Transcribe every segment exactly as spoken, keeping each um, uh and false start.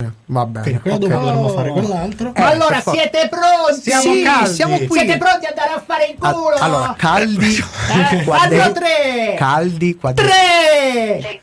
bene, va bene. Quindi quello okay. dopo dovremmo fare quell'altro. Eh, allora per siete pronti? Siamo sì, caldi. siamo qui. Siete pronti ad andare a fare in culo? A- allora, caldi. Eh, quadri- alzo tre. Caldi, quadri- Tre.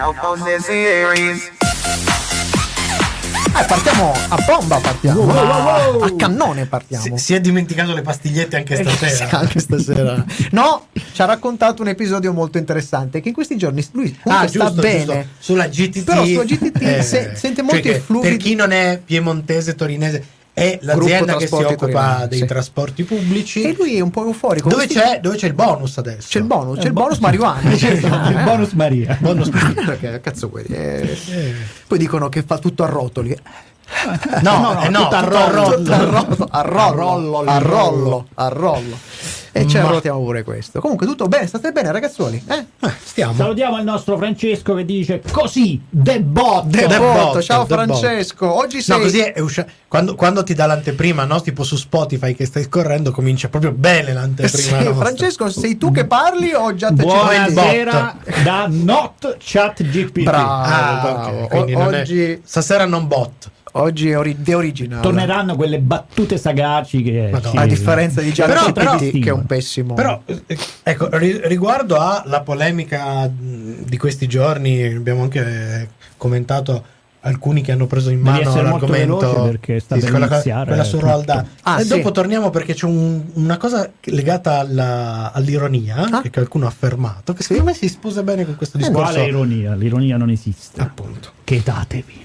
Eh, partiamo a bomba, partiamo. Wow, wow, wow. A cannone partiamo. Si, si è dimenticato le pastigliette anche Sì, stasera. anche stasera. No, ci ha raccontato un episodio molto interessante che in questi giorni lui Ah, sta giusto, bene. giusto. Sulla G T T. Però sulla G T T eh, se- sente cioè molti che effluvi. Per chi non è piemontese, torinese, è Gruppo l'azienda che si Trasporti occupa Torinese, dei sì. trasporti pubblici. E lui è un po' euforico. Dove Questi- c'è, dove c'è il bonus adesso? C'è il bonus, c'è Eh, il bo- bonus marijuana. Il bonus Maria. bonus. Perché cazzo vuoi? Eh, Poi dicono che fa tutto a rotoli. No, no, no, eh no, tutto a tutto a rollo, rotolo. tutto a rollo, a rollo, a rollo, a rollo. E ci Ma- arrotiamo pure questo. Comunque tutto bene, state bene ragazzuoli? Eh? Eh, stiamo. Salutiamo il nostro Francesco che dice così, The Bot. De De Botto, Botto, ciao De Francesco. Oggi sei No, così è usci- quando, quando ti dà l'anteprima, no? Tipo su Spotify che stai scorrendo, comincia proprio bene Sì, l'anteprima. nostra. Francesco, sei tu che parli o già te ci prendi? Buonasera da Not Chat G P T. Bravo. Ah, ok, quindi O- non è- oggi- stasera non bot. Oggi è ori- The Original. Torneranno quelle battute sagaci che Madonna. A differenza di Però- Gianni però- che è un pessimo. Però, eh, ecco, ri- riguardo alla polemica mh, di questi giorni, abbiamo anche commentato alcuni che hanno preso in Devi mano essere molto l'argomento. veloce perché sta per quella, iniziare quella su tutto. Roald Dahl. Ah, e sì. dopo torniamo perché c'è un- una cosa legata alla- all'ironia Ah. che qualcuno ha affermato, che secondo me si sposa bene con questo discorso. Quale ironia? L'ironia non esiste. Appunto. Chetatevi.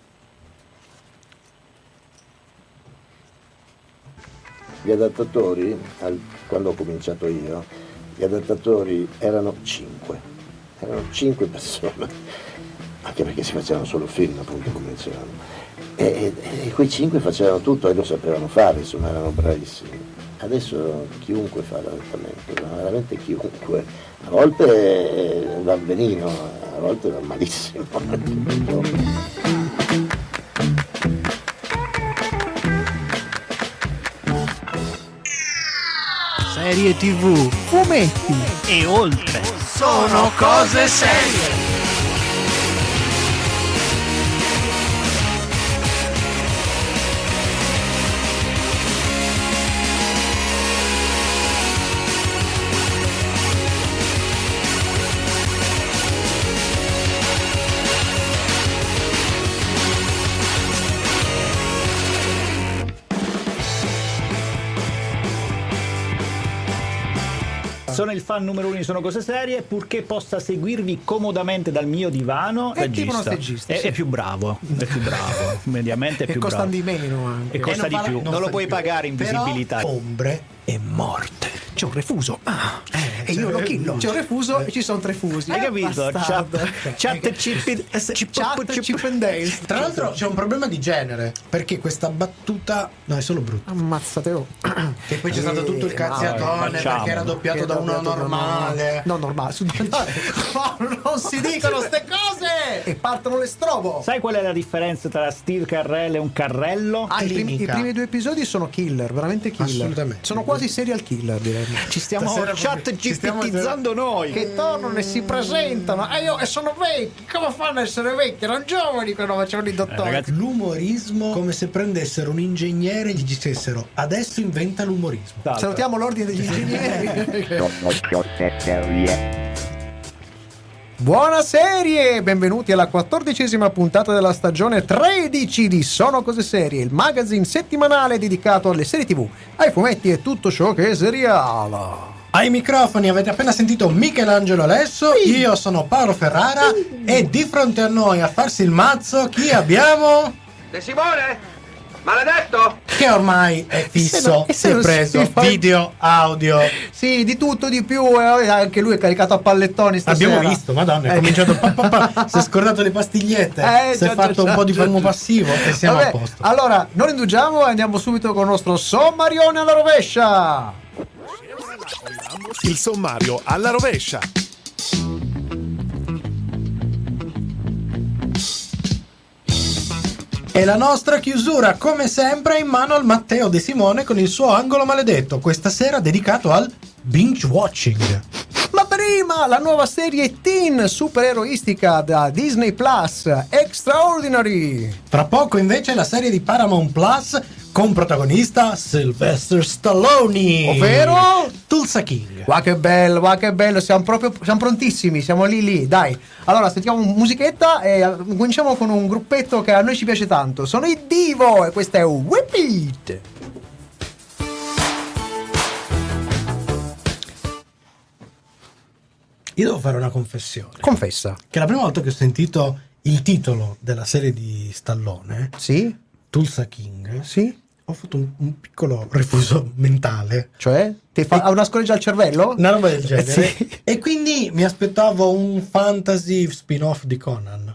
Gli adattatori, al- quando ho cominciato io, gli adattatori erano cinque, erano cinque persone, anche perché si facevano solo film, appunto, come dicevamo. E, e- e quei cinque facevano tutto e lo sapevano fare, insomma, erano bravissimi. Adesso chiunque fa l'adattamento, ma veramente chiunque. A volte eh, va benino, a volte va malissimo. Serie tivù, fumetti E oltre. sono cose serie. Sono il fan numero uno di Sono Cose Serie, purché possa seguirvi comodamente dal mio divano. È tipo uno stagista, È, sì. è più bravo, è più bravo, mediamente è Che più costano bravo. di meno anche. E costa non di fa la- più, non non sta lo di puoi più. pagare in Però visibilità. ombre e morte. C'è un refuso. Ah, Eh, e io cioè, lo killo. C'è un refuso e ci sono tre fusi. Hai Eh, capito? bastardo. Chat, chat chip, Chat, Chip and Dale. Tra l'altro c'è un problema di genere, perché questa battuta no, è solo brutta. Ammazzatelo. Che poi c'è stato tutto il Eh, cazziatone no, facciamo. perché era doppiato Che da uno doppiato da normale. No, normale. Su- no, non si dicono ste cose! E partono le strobo. Sai qual è la differenza tra Steve Carrell e un carrello? Ah, i primi, i clinica. primi due episodi sono killer, veramente killer. Assolutamente. Sono quasi serial killer, direi. Ci stiamo Stasera chat proprio- ci stiamo- GPTizzando noi. Che tornano e si presentano. E io e sono vecchi. Come fanno a essere vecchi? Erano giovani quando facevano i dottori. ragazzi, L'umorismo come se prendessero un ingegnere e gli dicessero adesso inventa l'umorismo. Esatto. Salutiamo l'ordine degli ingegneri. Buona serie! Benvenuti alla quattordicesima puntata della stagione tredici di Sono Cose Serie, il magazine settimanale dedicato alle serie tivù, ai fumetti e tutto ciò che è seriale. Ai microfoni avete appena sentito Michelangelo Alesso, io sono Paolo Ferrara e di fronte a noi a farsi il mazzo chi abbiamo? De Simone? Maledetto! Che ormai è fisso, E se si è non preso si fa- video, audio. Sì, di tutto, di più, eh, anche lui è caricato a pallettoni stasera. Abbiamo visto, madonna, è Eh, cominciato pa, pa, pa, si è scordato le pastigliette, Eh, si è già, fatto già, un po' di già, fumo già. passivo e siamo Vabbè, a posto. allora, non indugiamo e andiamo subito con il nostro sommarione alla rovescia. Il sommario alla rovescia. E la nostra chiusura, come sempre, è in mano al Matteo De Simone con il suo angolo maledetto, questa sera dedicato al binge watching. Ma per Prima la nuova serie teen supereroistica da Disney Plus, Extraordinary. Tra poco invece la serie di Paramount Plus con protagonista Sylvester Stallone, Ovvero? Tulsa King. Qua che bello, qua che bello, siamo proprio siamo prontissimi, siamo lì lì, dai. Allora, sentiamo musichetta e cominciamo con un gruppetto che a noi ci piace tanto. Sono i Divo e questo è Whip It. Io devo fare una confessione. Confessa. Che la prima volta che ho sentito il titolo della serie di Stallone, Sì? Tulsa King, Sì? ho fatto un, un piccolo refuso mentale. Cioè? Ti fa E- ha una scoreggia al cervello? Una roba del genere. Sì. E quindi mi aspettavo un fantasy spin-off di Conan.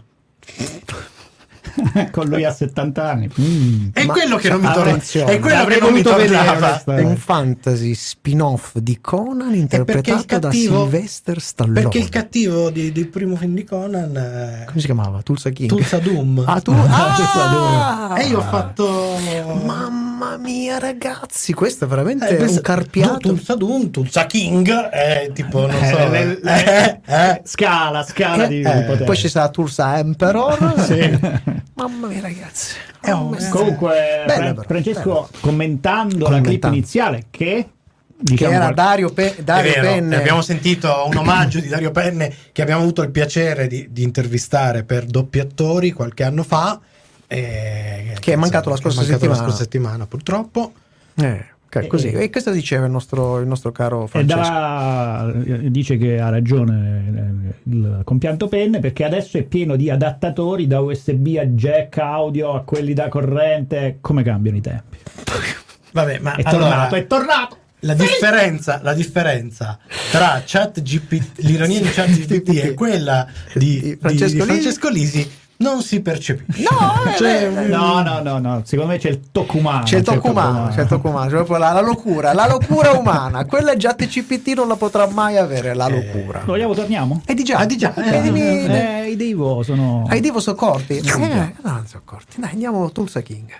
Con lui a settanta anni. Mm. È Ma- quello che non mi torna. attenzione, È quello l'avrei che non mi voluto vedere, tornava. onestamente. È un fantasy spin-off di Conan È perché il interpretato cattivo- da Sylvester Stallone. Perché il cattivo di- del primo film di Conan è Come si chiamava? Tulsa King? Tulsa Doom. Ah, tu? Ah, Ah! E io ho fatto Mamma mia, ragazzi, questo è veramente Eh, questo- un carpiato. Tulsa Doom, Tulsa King, è tipo, non so. Eh, le- le- eh, eh. Scala, scala di, Eh, di potere. Poi ci sarà Tulsa Emperor. Sì. Mamma mia, ragazzi. Eh, oh, Mamma mia. Comunque, Bella Fra- però, Francesco, bella. commentando la clip Commentando. iniziale, che Che diciamo era qualche- Dario, Pe- È Dario vero, Penne. abbiamo sentito un omaggio di Dario Penne che abbiamo avuto il piacere di, di intervistare per Doppi Attori qualche anno fa. e- Che è mancato la insomma, scorsa è mancato settimana. la scorsa settimana, purtroppo. Eh, ok, così. Eh, E cosa diceva il nostro, il nostro caro E Francesco? dava- dice che ha ragione eh, il compianto Penne, perché adesso è pieno di adattatori da U S B a jack audio a quelli da corrente. Come cambiano i tempi? Vabbè, ma È allora, tornato, è tornato. la differenza, la differenza tra ChatGPT, l'ironia di ChatGPT e quella di, Di di- Francesco di Lisi? Francesco Lisi non si percepisce. No, eh, Cioè, beh, No, no, no, no. Secondo me c'è il tocco umano. C'è il tocco umano, c'è il tocco umano, c'è proprio la, la locura, la locura umana. Quella ChatGPT non la potrà mai avere, la locura. Lo vogliamo, torniamo? E di già, Ah, di già, eh, eh, dimmi- Eh, i Devo sono... Ai Divo sono corti? Eh, già. no, non sono corti. Dai, andiamo Tulsa King.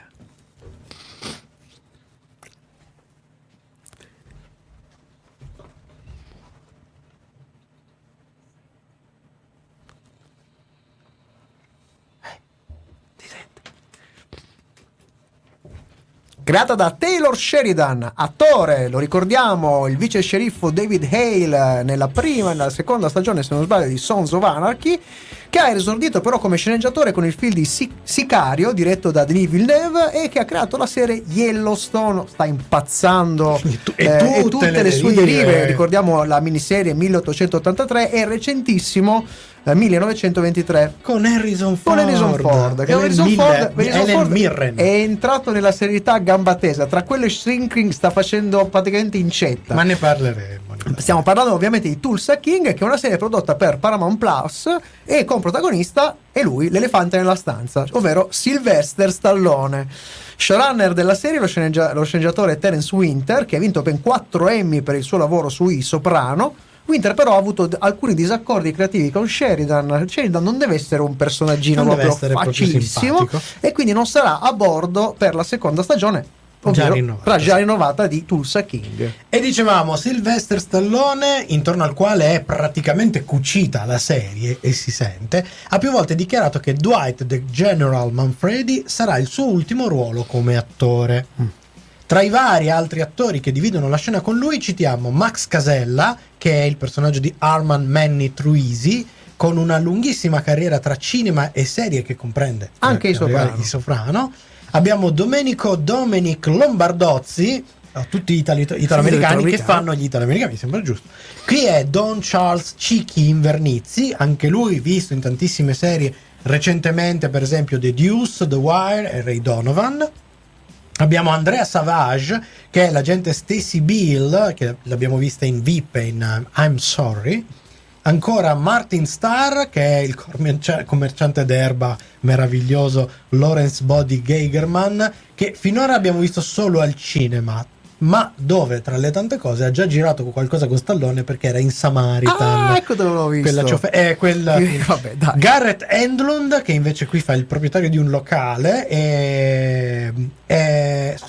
Creata da Taylor Sheridan, attore, lo ricordiamo, il vice sceriffo David Hale nella prima e nella seconda stagione, se non sbaglio, di Sons of Anarchy, che ha esordito però come sceneggiatore con il film di Sic- Sicario, diretto da Denis Villeneuve, e che ha creato la serie Yellowstone. Sta impazzando E tu- e eh, tutte tutte le le sue derive. derive. Ricordiamo la miniserie milleottocentottantatré e recentissimo eh, millenovecentoventitré Con Harrison Ford. con Harrison Ford, che Ellen Harrison Miller- Ford, Harrison Ellen Ford Mirren. è entrato nella serietà a gamba tesa. Tra quelle shrinking sta facendo praticamente incetta. Ma ne parleremo. Stiamo parlando ovviamente di Tulsa King, che è una serie prodotta per Paramount Plus e con protagonista è lui, l'elefante nella stanza, ovvero Sylvester Stallone. Showrunner della serie, lo, sceneggia- lo sceneggiatore Terence Winter, che ha vinto ben quattro Emmy per il suo lavoro su I Soprano. Winter però ha avuto d- alcuni disaccordi creativi con Sheridan. Sheridan non deve essere un personaggino Non deve proprio essere proprio facilissimo simpatico. e quindi non sarà a bordo per la seconda stagione, ovvero rinnovata, la già sì. rinnovata di Tulsa King. E dicevamo Sylvester Stallone, intorno al quale è praticamente cucita la serie, e si sente, ha più volte dichiarato che Dwight the General Manfredi sarà il suo ultimo ruolo come attore. Tra i vari altri attori che dividono la scena con lui citiamo Max Casella, che è il personaggio di Armand Manny Truisi, con una lunghissima carriera tra cinema e serie che comprende Anche eh, I Soprano. I Soprano. Abbiamo Domenico Dominic Lombardozzi, eh, tutti itali- italoamericani che italoamericani. fanno gli italoamericani, mi sembra giusto. Qui è Don Charles Cicchi Invernizzi, anche lui visto in tantissime serie recentemente, per esempio The Deuce, The Wire e Ray Donovan. Abbiamo Andrea Savage, che è l'agente Stacy Beale, che l'abbiamo vista in V I P e in uh, I'm Sorry. Ancora Martin Starr, che è il commercia- commerciante d'erba meraviglioso Lawrence Body Geigerman, che finora abbiamo visto solo al cinema, ma dove tra le tante cose ha già girato qualcosa con Stallone, perché era in Samaritan. Ah, ecco dove l'ho visto. Quella ciofe- è quella Eh, vabbè, dai. Garrett Endlund, che invece qui fa il proprietario di un locale, e, e- scusate,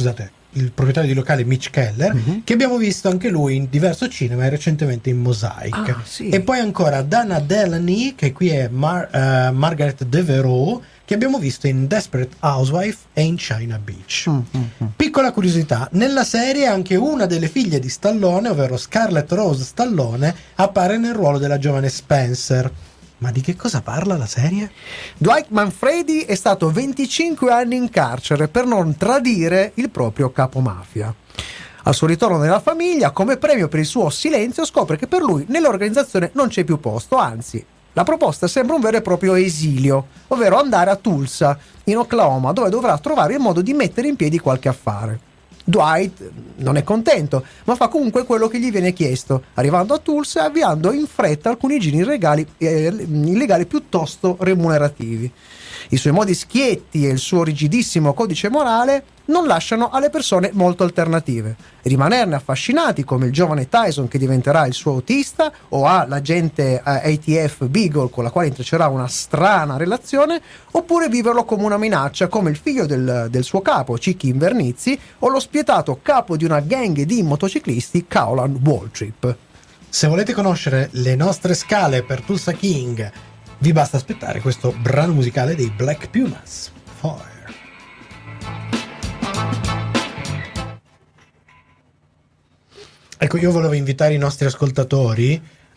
il proprietario di locale Mitch Keller, Mhm. che abbiamo visto anche lui in diverso cinema e recentemente in Mosaic. Ah, sì. E poi ancora Dana Delany, che qui è Mar- eh, Margaret Devereaux, che abbiamo visto in Desperate Housewife e in China Beach. Mm, mm, mm. Piccola curiosità, nella serie anche una delle figlie di Stallone, ovvero Scarlett Rose Stallone, appare nel ruolo della giovane Spencer. Ma di che cosa parla la serie? Dwight Manfredi è stato venticinque anni in carcere per non tradire il proprio capomafia. Al suo ritorno nella famiglia, come premio per il suo silenzio, scopre che per lui nell'organizzazione non c'è più posto, anzi, la proposta sembra un vero e proprio esilio, ovvero andare a Tulsa, in Oklahoma, dove dovrà trovare il modo di mettere in piedi qualche affare. Dwight non è contento, ma fa comunque quello che gli viene chiesto, arrivando a Tulsa e avviando in fretta alcuni giri illegali, eh, illegali piuttosto remunerativi. I suoi modi schietti e il suo rigidissimo codice morale non lasciano alle persone molto alternative. Rimanerne affascinati come il giovane Tyson che diventerà il suo autista, o ha l'agente eh, A T F Beagle con la quale intreccerà una strana relazione, oppure viverlo come una minaccia come il figlio del, del suo capo Chicky Invernizzi o lo spietato capo di una gang di motociclisti Cowland Waltrip. Se volete conoscere le nostre scale per Tulsa King, vi basta aspettare questo brano musicale dei Black Pumas. Fire. Ecco, io volevo invitare i nostri ascoltatori,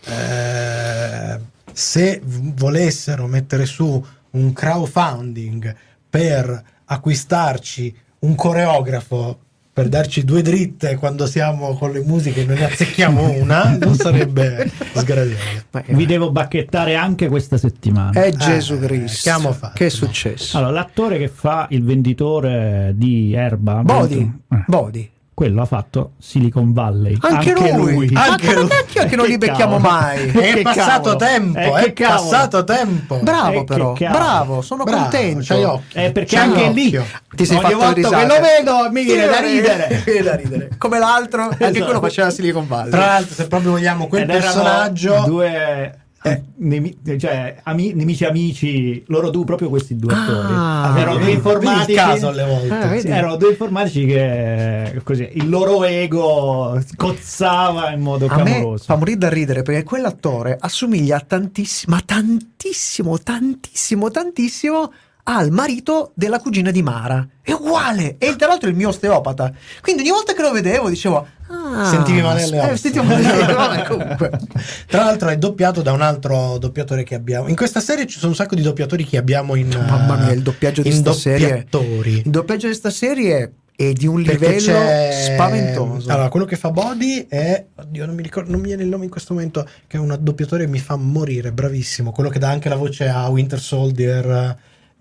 eh, se v- volessero mettere su un crowdfunding per acquistarci un coreografo per darci due dritte quando siamo con le musiche e non ne azzecchiamo una, non sarebbe sgradevole. Ma- Vi devo bacchettare anche questa settimana. Eh, Gesù Eh, Cristo, che abbiamo fatto? che è successo? Allora, l'attore che fa il venditore di Erba, Body, eh, Body. quello ha fatto Silicon Valley. Anche, lui, Anche anche lui. Ma cacchio che non li Che becchiamo cavolo. mai. È Che passato cavolo. tempo, Eh, è che cavolo. passato tempo. Bravo Eh, però, che cavolo. bravo, sono Bravo, contento. c'hai occhio. Eh, perché C'hai anche lì occhio. Ti sei ogni fatto volta risate. che lo vedo mi viene da ridere. Mi viene da ridere. Come l'altro, anche Esatto. quello faceva Silicon Valley. Tra l'altro, se proprio vogliamo quel Ed erano personaggio, due eh, nemi- cioè ami- nemici amici, loro due, proprio questi due attori. Ah, erano due vedi, informatici. vedi il caso alle volte. Eh, vedi? Sì, erano due informatici che così il loro ego cozzava in modo A me clamoroso. fa morire da ridere perché quell'attore assomiglia tantissimo, ma tantissimo, tantissimo, tantissimo al marito della cugina di Mara. È uguale! E tra l'altro è il mio osteopata. Quindi ogni volta che lo vedevo dicevo: ah, Sentivi male alle eh, ossa. sentivo male alle ossa. Vabbè, comunque. tra l'altro, è doppiato da un altro doppiatore che abbiamo. In questa serie ci sono un sacco di doppiatori che abbiamo in. Mamma mia, il doppiaggio di in sta serie. doppiatori. Il doppiaggio di sta serie è di un Perché livello c'è- spaventoso. Allora, quello che fa Body è, oddio, non mi ricordo, non mi viene il nome in questo momento, che è un doppiatore che mi fa morire, bravissimo. Quello che dà anche la voce a Winter Soldier.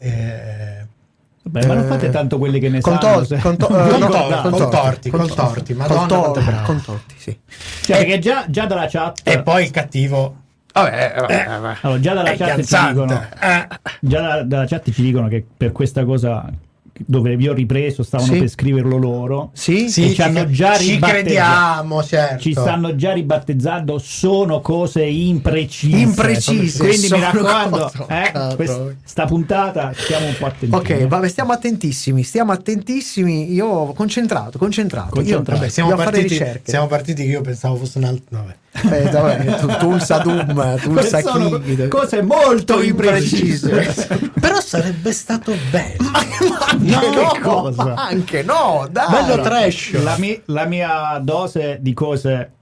Eh, Beh, ma non fate tanto quelli che ne con sanno. Tor- se- con Tor- Con eh, no, Tor- con con Torti, Torti, con con Torti. Torti, Con Madonna, Tor- quanto è bravo. con Torti, sì. Cioè, perché già, già dalla chat e poi il cattivo. Vabbè, vabbè, vabbè. allora, già dalla È chat ci Gazzante. dicono Eh. già da- dalla chat ci dicono che per questa cosa dove vi ho ripreso stavano Sì. per scriverlo loro. Sì? Sì, E ci hanno già ci ribattezzato. crediamo, certo. Ci stanno già ribattezzando, sono cose imprecise. Imprecise, Quindi mi sono raccomando, cose- eh, Cazzo. quest- sta puntata stiamo un po' attenti. Ok, vabbè, stiamo attentissimi, stiamo attentissimi. Io concentrato, concentrato. Concentrato. Io, Vabbè, siamo, devo fare partiti, ricerche. siamo partiti che io pensavo fosse un altro. Vabbè. Eh, vabbè, tu- Tulsa Doom, Tulsa sono King. cose molto imprecise. Però sarebbe stato bello. Ma anche No, no, che cosa? ma anche no, dai. Bello trash. La, mi- la mia dose di cose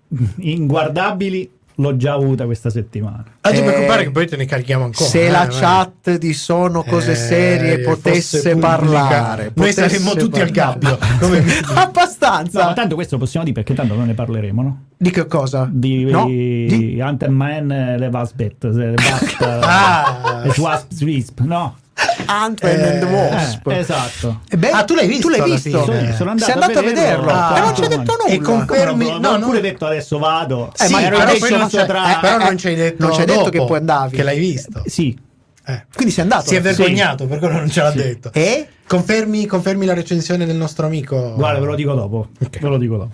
inguardabili l'ho già avuta questa settimana. Non ti Eh, preoccupare che poi te ne carichiamo ancora. Se eh, la vai. chat di Sono Cose Eh, Serie fosse potesse pubblica, parlare, noi potesse saremmo tutti al parlare. gabbio. Come mi- No, Abbastanza. ma tanto questo lo possiamo dire perché tanto non ne parleremo, no? Di che cosa? Di, No? di... Di- Ant-Man e le Wasp, le Wasp, Ah. le Wasp, Wisp, no? Ant-Man and the Wasp. Eh, esatto. E beh, Ah, tu l'hai visto Tu l'hai alla visto? fine? Sono andato Sei andato a vederlo, Ah. e non ci hai detto nulla. E confermi- No, no, no, no. pure detto adesso vado. Eh, Sì, ma ero però, indeciso poi non c'è- tra- eh, però eh, non ci hai detto non ci hai detto dopo che poi andavi. che l'hai visto. Sì. Eh. Quindi sei andato. Si è vergognato per quello non ce l'ha detto. E? Confermi, confermi la recensione del nostro amico? Guarda, ve lo dico dopo. Ok. Ve lo dico dopo.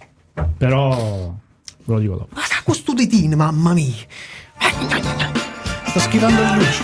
Però ve lo dico dopo. Ma sa questo ditino, mamma mia. Sto schivando il luce.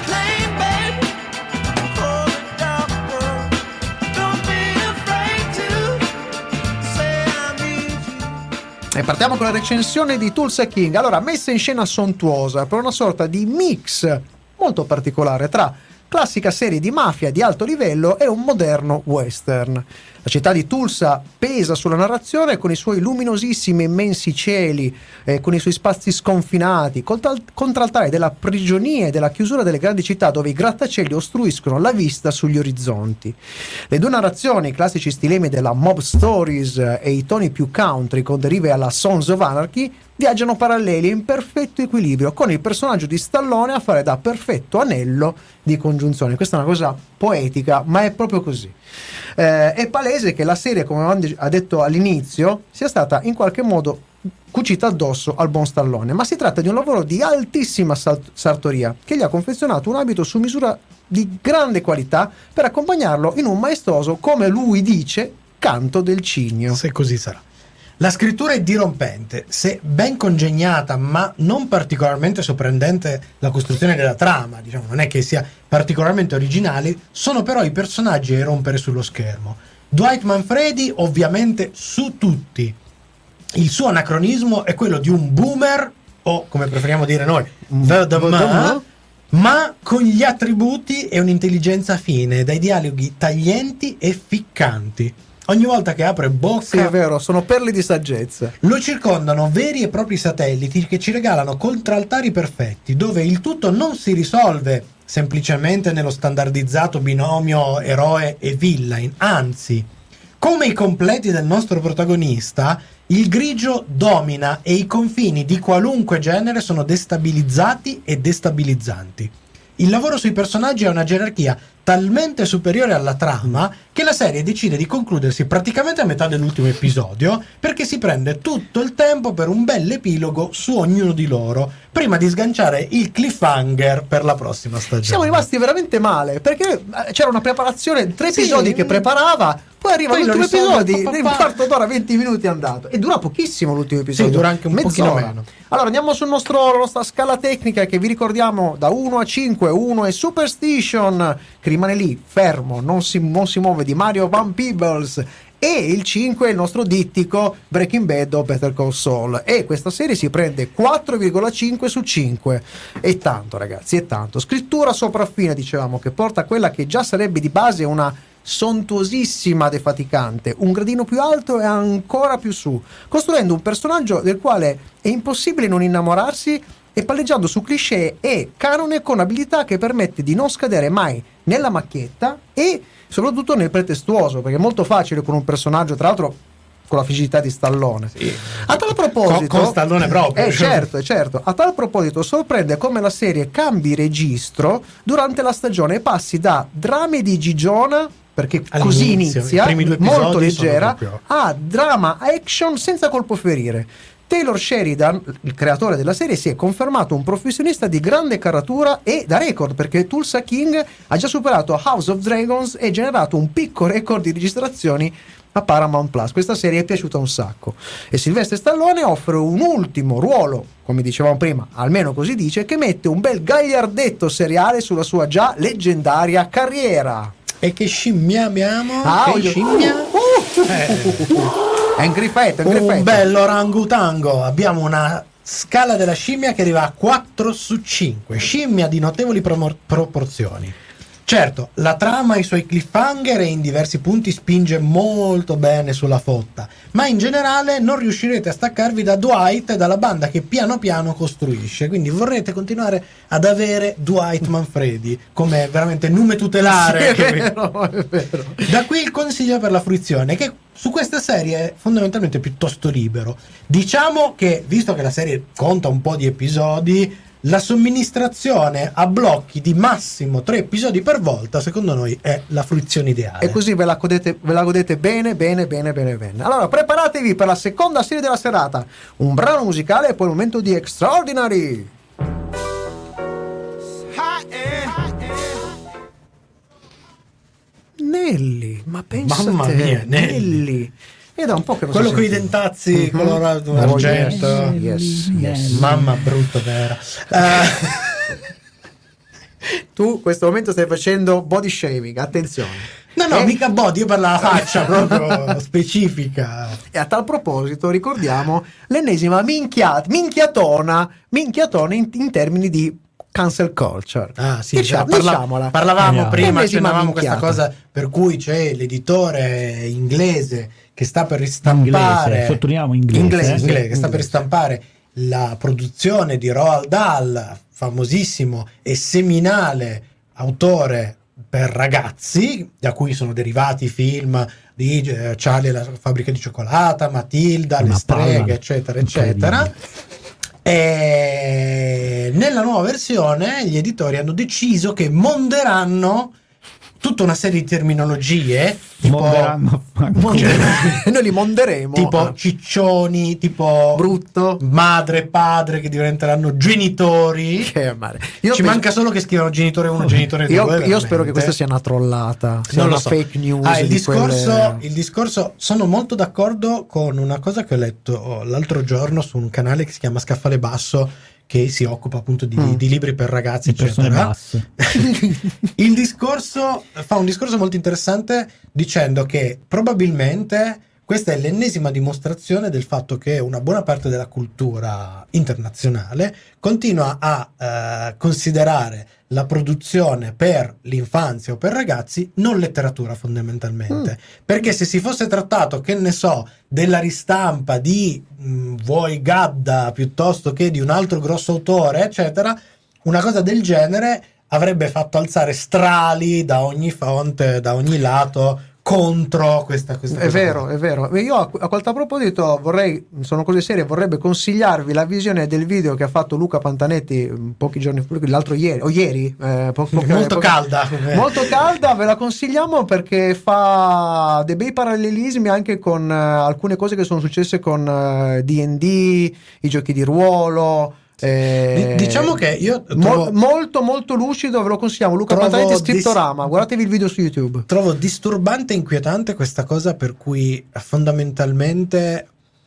E partiamo con la recensione di Tulsa King. Allora, messa in scena sontuosa per una sorta di mix molto particolare tra classica serie di mafia di alto livello e un moderno western. La città di Tulsa pesa sulla narrazione con i suoi luminosissimi immensi cieli, eh, con i suoi spazi sconfinati, contra- contraltare della prigionia e della chiusura delle grandi città dove i grattacieli ostruiscono la vista sugli orizzonti. Le due narrazioni, i classici stilemi della Mob Stories eh, e i toni più country con derive alla Sons of Anarchy, viaggiano paralleli in perfetto equilibrio, con il personaggio di Stallone a fare da perfetto anello di congiunzione. Questa è una cosa poetica, ma è proprio così. Eh, è palese che la serie, come ha detto all'inizio, sia stata in qualche modo cucita addosso al buon Stallone, ma si tratta di un lavoro di altissima sartoria che gli ha confezionato un abito su misura di grande qualità per accompagnarlo in un maestoso, come lui dice, canto del cigno. Se così sarà. La scrittura è dirompente, se ben congegnata ma non particolarmente sorprendente la costruzione della trama, diciamo, non è che sia particolarmente originali, sono però i personaggi a irrompere sullo schermo. Dwight Manfredi ovviamente su tutti. Il suo anacronismo è quello di un boomer, o come preferiamo dire noi, ma, ma con gli attributi e un'intelligenza fine, dai dialoghi taglienti e ficcanti. Ogni volta che apre bocca, sì, è vero, sono perle di saggezza. Lo circondano veri e propri satelliti che ci regalano contraltari perfetti, dove il tutto non si risolve semplicemente nello standardizzato binomio eroe e villain, anzi, come i completi del nostro protagonista, il grigio domina e i confini di qualunque genere sono destabilizzati e destabilizzanti. Il lavoro sui personaggi ha una gerarchia talmente superiore alla trama che la serie decide di concludersi praticamente a metà dell'ultimo episodio, perché si prende tutto il tempo per un bel epilogo su ognuno di loro prima di sganciare il cliffhanger per la prossima stagione. Siamo rimasti veramente male perché c'era una preparazione, tre Sì, episodi che preparava, poi arriva poi lo l'ultimo risolve, episodio, pa, pa, nel pa. quarto d'ora, venti minuti è andato, e dura pochissimo l'ultimo episodio. Sì, dura anche un mezz'ora. pochino meno. Allora andiamo sul nostro, la nostra scala tecnica, che vi ricordiamo da uno a cinque. uno è Superstition, che rimane lì fermo, non si, non si muove, di Mario Van Peebles, e il cinque è il nostro dittico Breaking Bad o Better Call Saul, e questa serie si prende quattro virgola cinque su cinque. È tanto, ragazzi, è tanto. Scrittura sopraffina, dicevamo, che porta a quella che già sarebbe di base una sontuosissima defaticante un gradino più alto e ancora più su, costruendo un personaggio del quale è impossibile non innamorarsi e palleggiando su cliché e canone con abilità che permette di non scadere mai nella macchietta e soprattutto nel pretestuoso, perché è molto facile con un personaggio, tra l'altro con la fisicità di Stallone. Sì. A tal proposito, con, con Stallone proprio. Eh, certo, è certo. A tal proposito sorprende come la serie cambi registro durante la stagione e passi da drammi di Gigiona, perché così All'inizio, inizia, i primi due molto episodi leggera, sono proprio- a drama action senza colpo ferire. Taylor Sheridan, il creatore della serie, si è confermato un professionista di grande caratura e da record, perché Tulsa King ha già superato House of Dragons e generato un picco record di registrazioni a Paramount Plus. Questa serie è piaciuta un sacco e Sylvester Stallone offre un ultimo ruolo, come dicevamo prima, almeno così dice, che mette un bel gagliardetto seriale sulla sua già leggendaria carriera. E che scimmia-miamo? Ah, che io- scimmia? Uh, Eh. Angry Fat, Angry Un Fat. bello orangutango. Abbiamo una scala della scimmia che arriva a quattro su cinque. Scimmia di notevoli promor- proporzioni. Certo, la trama e i suoi cliffhanger e in diversi punti spinge molto bene sulla fotta, ma in generale non riuscirete a staccarvi da Dwight e dalla banda che piano piano costruisce, quindi vorrete continuare ad avere Dwight Manfredi come veramente nume tutelare. Sì, che è vi- vero, è vero. Da qui il consiglio per la fruizione, che su questa serie è fondamentalmente piuttosto libero. Diciamo che, visto che la serie conta un po' di episodi, la somministrazione a blocchi di massimo tre episodi per volta, secondo noi, è la fruizione ideale. E così ve la godete, ve la godete bene, bene, bene, bene, bene. Allora, preparatevi per la seconda serie della serata. Un brano musicale e poi il momento di Extraordinary. Nelly, ma pensa Mamma te, mia, Nelly. Nelly. E da un po' che non Quello si con i sentiva. dentazzi Mhm. colorato Oh, argento. yes, yes, yes. Mamma brutto vera. Eh, Tu in questo momento stai facendo body shaming, attenzione. No, no, e, mica body, io per la faccia proprio specifica. E a tal proposito ricordiamo l'ennesima minchiata, minchiatona, minchiatona in, in termini di cancel culture. Ah, sì, Diciamo- già, parla- diciamola. parlavamo Andiamo. prima, L'ennesima accennavamo questa minchiata. cosa per cui c'è l'editore inglese che sta per ristampare Inglese, sottolineiamo inglese, inglese, eh? inglese, che sta per Inglese. ristampare la produzione di Roald Dahl, famosissimo e seminale autore per ragazzi, da cui sono derivati i film di eh, Charlie e la fabbrica di cioccolata, Matilda, Le Una streghe, palla eccetera, incredibile. eccetera. E nella nuova versione gli editori hanno deciso che moderanno tutta una serie di terminologie tipo Monderanno a fanculo. Noi li monderemo. tipo Ah, ciccioni, tipo brutto. madre e padre che diventeranno genitori. Che male. Io Ci penso- manca solo che scrivano genitore uno, genitore due. Io, io veramente. spero che questa sia una trollata, sia Non una lo so. fake news. Ah, il di discorso, quelle- il discorso, sono molto d'accordo con una cosa che ho letto l'altro giorno su un canale che si chiama Scaffale Basso, che si occupa appunto di, Mm. di libri per ragazzi, Di persone eccetera. basse. Il discorso fa un discorso molto interessante dicendo che probabilmente questa è l'ennesima dimostrazione del fatto che una buona parte della cultura internazionale continua a eh, considerare la produzione per l'infanzia o per ragazzi non letteratura fondamentalmente. Perché se si fosse trattato, che ne so, della ristampa di mh, vuoi Gadda piuttosto che di un altro grosso autore, eccetera, una cosa del genere avrebbe fatto alzare strali da ogni fonte, da ogni lato contro questa, questa È cosa vero, qua. è vero. Io a, a quel proposito vorrei, sono cose serie, vorrebbe consigliarvi la visione del video che ha fatto Luca Pantanetti mm, pochi giorni fa, l'altro ieri, o ieri, eh, po- poche- Molto poche- calda. Molto calda, ve la consigliamo perché fa dei bei parallelismi anche con eh, alcune cose che sono successe con eh, D and D, i giochi di ruolo. eh, Di- diciamo che io mo- trovo- molto molto lucido, ve lo consigliamo. Luca Trovo Pantanetti, dis- Scrittorama, guardatevi il video su YouTube. Trovo disturbante e inquietante questa cosa per cui fondamentalmente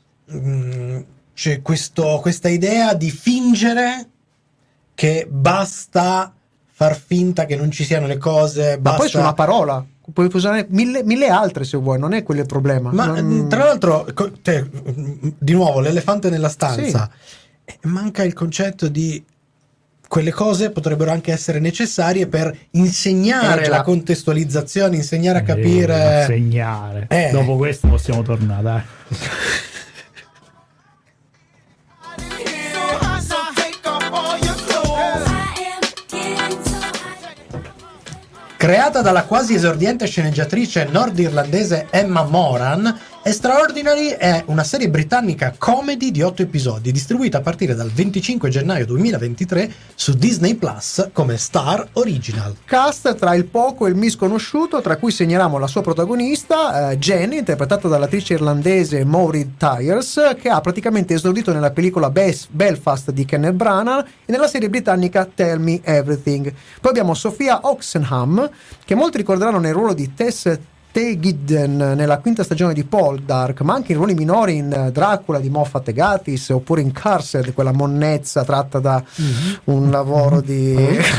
mh, c'è questo, questa idea di fingere che basta far finta che non ci siano le cose, Ma basta... poi su una parola puoi usare mille, mille altre se vuoi, non è quello il problema. Ma Non- mh, tra l'altro, co- te, mh, di nuovo, l'elefante nella stanza, eh, manca il concetto di quelle cose potrebbero anche essere necessarie per insegnare Eh, già. la contestualizzazione, insegnare a Eh, capire... segnare. Eh. Dopo questo possiamo tornare, dai. Creata dalla quasi esordiente sceneggiatrice nordirlandese Emma Moran, Extraordinary è una serie britannica comedy di otto episodi, distribuita a partire dal venticinque gennaio duemilaventitré su Disney Plus come Star Original. Cast tra il poco e il misconosciuto, tra cui segnaliamo la sua protagonista, eh, Jenny, interpretata dall'attrice irlandese Maureen Tyers, che ha praticamente esordito nella pellicola Bes- Belfast di Kenneth Branagh e nella serie britannica Tell Me Everything. Poi abbiamo Sophia Oxenham, che molti ricorderanno nel ruolo di Tess Tegidden nella quinta stagione di Poldark, ma anche in ruoli minori in Dracula di Moffat e Gatiss, oppure in Carced, quella monnezza tratta da un lavoro di,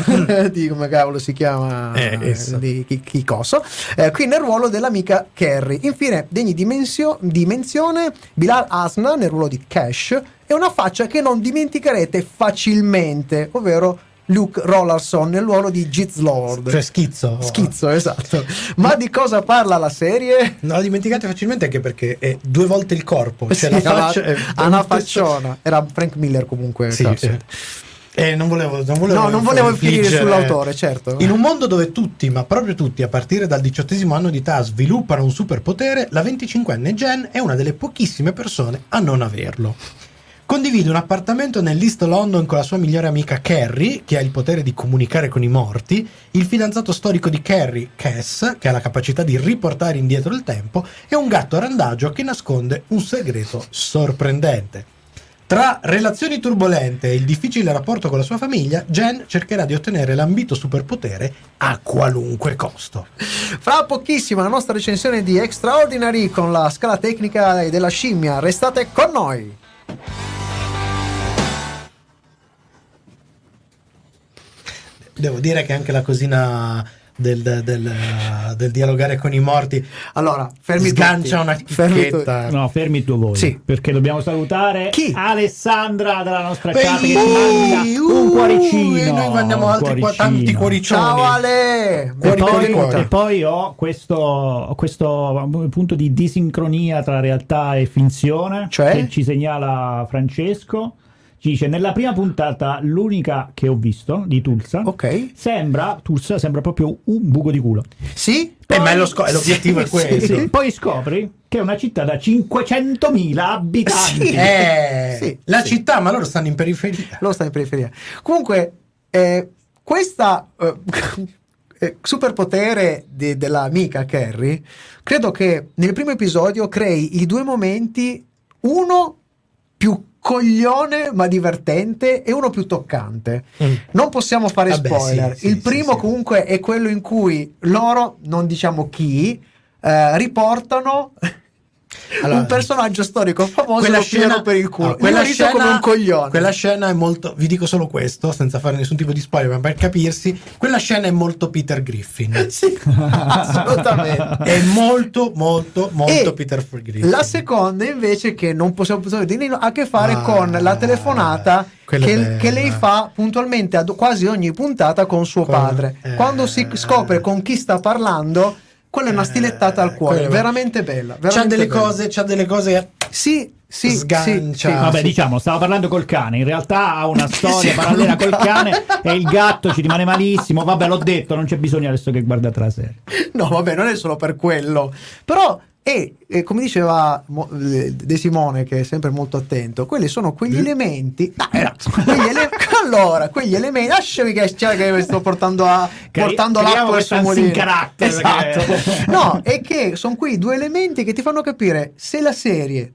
di come cavolo si chiama, Eh, essa. di chi, chi coso, eh, qui nel ruolo dell'amica Carrie. Infine degni di menzio- di menzione Bilal Asna nel ruolo di Cash e una faccia che non dimenticherete facilmente, ovvero Luke Rollerson nel ruolo di Giz Lord. Cioè schizzo. Schizzo, esatto. Ma di cosa parla la serie? Non la dimenticate facilmente anche perché è due volte il corpo. Cioè Sì, la ha faccia è- ha una facciona. Era Frank Miller comunque. Sì, Carson. eh. E non volevo, non volevo, No, non volevo finire infliggere- sull'autore, certo. In un mondo dove tutti, ma proprio tutti, a partire dal diciottesimo anno di età sviluppano un superpotere, la venticinquenne Jen è una delle pochissime persone a non averlo. Condivide un appartamento nell'East London con la sua migliore amica Carrie, che ha il potere di comunicare con i morti, il fidanzato storico di Carrie, Cass, che ha la capacità di riportare indietro il tempo, e un gatto randagio che nasconde un segreto sorprendente. Tra relazioni turbolente e il difficile rapporto con la sua famiglia, Jen cercherà di ottenere l'ambito superpotere a qualunque costo. Fra pochissimo la nostra recensione di Extraordinary con la scala tecnica della scimmia. Restate con noi. Devo dire che anche la cosina del, del, del, del dialogare con i morti. Allora, fermi sgancia tutti. una Fermi chicchetta. No, fermi tu voi. Sì. Perché dobbiamo salutare Chi? Alessandra della nostra Beh, chat che ci uh, manda un cuoricino. e noi mandiamo un altri qua, cuoricino. tanti cuoricioni. Ciao Ale! E Cuori, poi, cuori, cuori. e poi ho questo, questo punto di disincronia tra realtà e finzione, Cioè? che ci segnala Francesco. Ci dice: nella prima puntata, l'unica che ho visto di Tulsa, Ok. sembra Tulsa sembra proprio un buco di culo. Sì? Eh, ma è lo sco- l'obiettivo è questo. Sì, poi scopri che è una città da cinquecentomila abitanti. Sì. Eh, Sì, la sì. città, ma loro stanno in periferia. Lo sta in periferia. Comunque, eh, questa eh, eh, superpotere de- della amica Carrie, credo che nel primo episodio crei i due momenti, uno più coglione ma divertente e uno più toccante. Mm. Non possiamo fare Vabbè, spoiler. sì, Il sì, primo sì, sì. comunque è quello in cui loro, non diciamo chi, eh, riportano Allora, un personaggio storico famoso quella lo scena pigliano per il culo. no, quella Io ho riso scena, come un coglione. quella scena è molto, vi dico solo questo senza fare nessun tipo di spoiler, ma per capirsi, quella scena è molto Peter Griffin. Sì, assolutamente. È molto molto molto E Peter Griffin. La seconda invece, che non possiamo possiamo dire, ha a che fare Ah, con la telefonata quella è che, bella. che lei fa puntualmente a quasi ogni puntata con suo Con- padre. eh. Quando si scopre con chi sta parlando, quella è una Eh, stilettata al cuore, quella- veramente bella. C'ha veramente delle bella. cose, c'ha delle cose Sì, sì, Sgancia. sì, sì. Vabbè, sì. diciamo, stava parlando col cane. In realtà ha una storia Sì, parallela con un col cane. cane e il gatto ci rimane malissimo. Vabbè, l'ho detto, non c'è bisogno adesso che guardate la serie. No, vabbè, non è solo per quello. Però, e, e come diceva Mo- eh, De Simone, che è sempre molto attento, quelli sono quegli elementi. Dai, ragazzi, quegli ele- allora, quegli elementi. Lasciami che, cioè, che sto portando, a, Cari- portando creiamo l'acqua al questa suo mulino. ansia in carattere, Esatto. perché- No, è che sono quei due elementi che ti fanno capire se la serie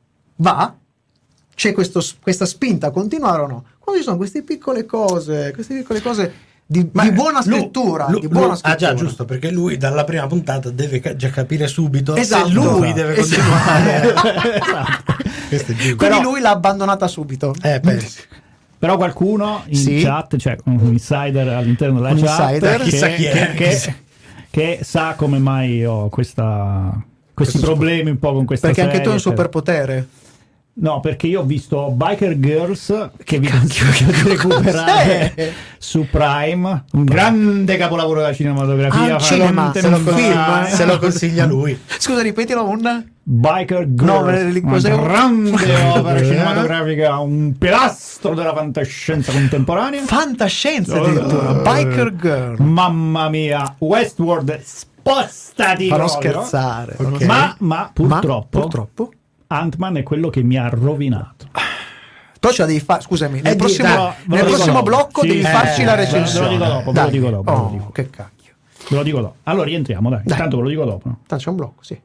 va, c'è questo, questa spinta a continuare o no. Quando ci sono queste piccole cose, queste piccole cose. Di, Ma di buona lui- scrittura, lui- di buona lui- scrittura. Ah già, giusto, perché lui dalla prima puntata deve ca- già capire subito Esatto. se lui Esatto. deve Esatto. continuare. Esatto. Questo è giusto. Quindi Però- lui l'ha abbandonata subito. Eh, pensi. Però qualcuno in Sì. chat, cioè un insider all'interno della Un chat, insider, che, chissà chi è. che- che- che sa come mai ho questa, questi Questo problemi un po' con questa Perché anche serie. tu hai un eccetera. superpotere. No, perché io ho visto Biker Girls, che vi consiglio di recuperare Cos'è? su Prime, un grande capolavoro della cinematografia. Ah, cinema, veramente se lo non con- fa- film, eh? Se lo consiglia lui. Scusa, ripetilo un. Biker Girls, No, me ne- una cos'è? grande opera Eh? cinematografica, un pilastro della fantascienza contemporanea. Fantascienza addirittura. Oh. Biker Girl. Mamma mia, Westworld, spostati Fa non proprio. scherzare. fa non Ok. Ma, ma purtroppo, Ma, purtroppo. Ant-Man è quello che mi ha rovinato. Però ce la devi fare. Scusami, nel di- prossimo, dai, ve lo nel dico prossimo dopo. blocco Sì, devi eh, farci la ve lo dico recensione. dopo, ve lo Dai. dico dopo, ve lo Oh, dico. che cacchio. Ve lo dico dopo. Allora rientriamo, dai. Dai. Intanto ve lo dico dopo. no? Tanto c'è un blocco, sì.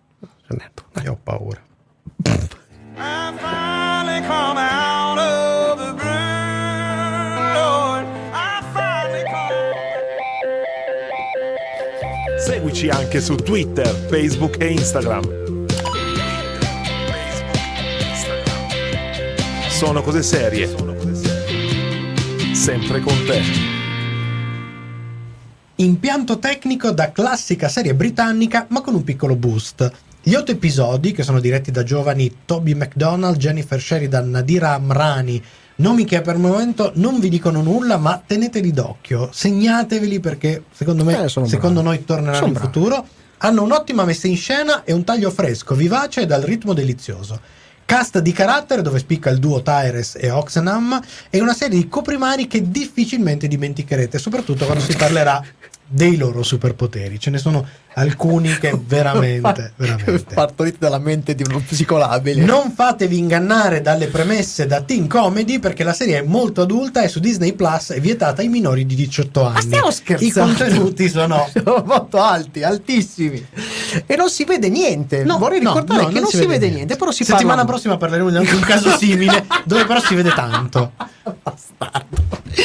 Io ho paura. Seguici anche su Twitter, Facebook e Instagram. Sono cose serie. Sempre con te. Impianto tecnico da classica serie britannica, ma con un piccolo boost. Gli otto episodi, che sono diretti da giovani Toby McDonald, Jennifer Sheridan, Nadira Amrani, nomi che per il momento non vi dicono nulla, ma teneteli d'occhio, segnateveli perché secondo me, Eh, sono secondo bravi. noi torneranno Sono in bravi. futuro. Hanno un'ottima messa in scena e un taglio fresco, vivace e dal ritmo delizioso. Cast di carattere dove spicca il duo Tyrese e Oxenham e una serie di coprimari che difficilmente dimenticherete, soprattutto quando si parlerà dei loro superpoteri. Ce ne sono alcuni che veramente, veramente. Partoriti dalla mente di uno psicolabile. Non fatevi ingannare dalle premesse da teen comedy perché la serie è molto adulta e su Disney Plus è vietata ai minori di diciotto anni. Ma stiamo I scherzando? contenuti sono Sono molto alti, altissimi. E non si vede niente. No, Vorrei no, ricordare no, che non si, vede niente. Però si settimana parla... prossima parleremo di un caso simile dove però si vede tanto. Bastardo.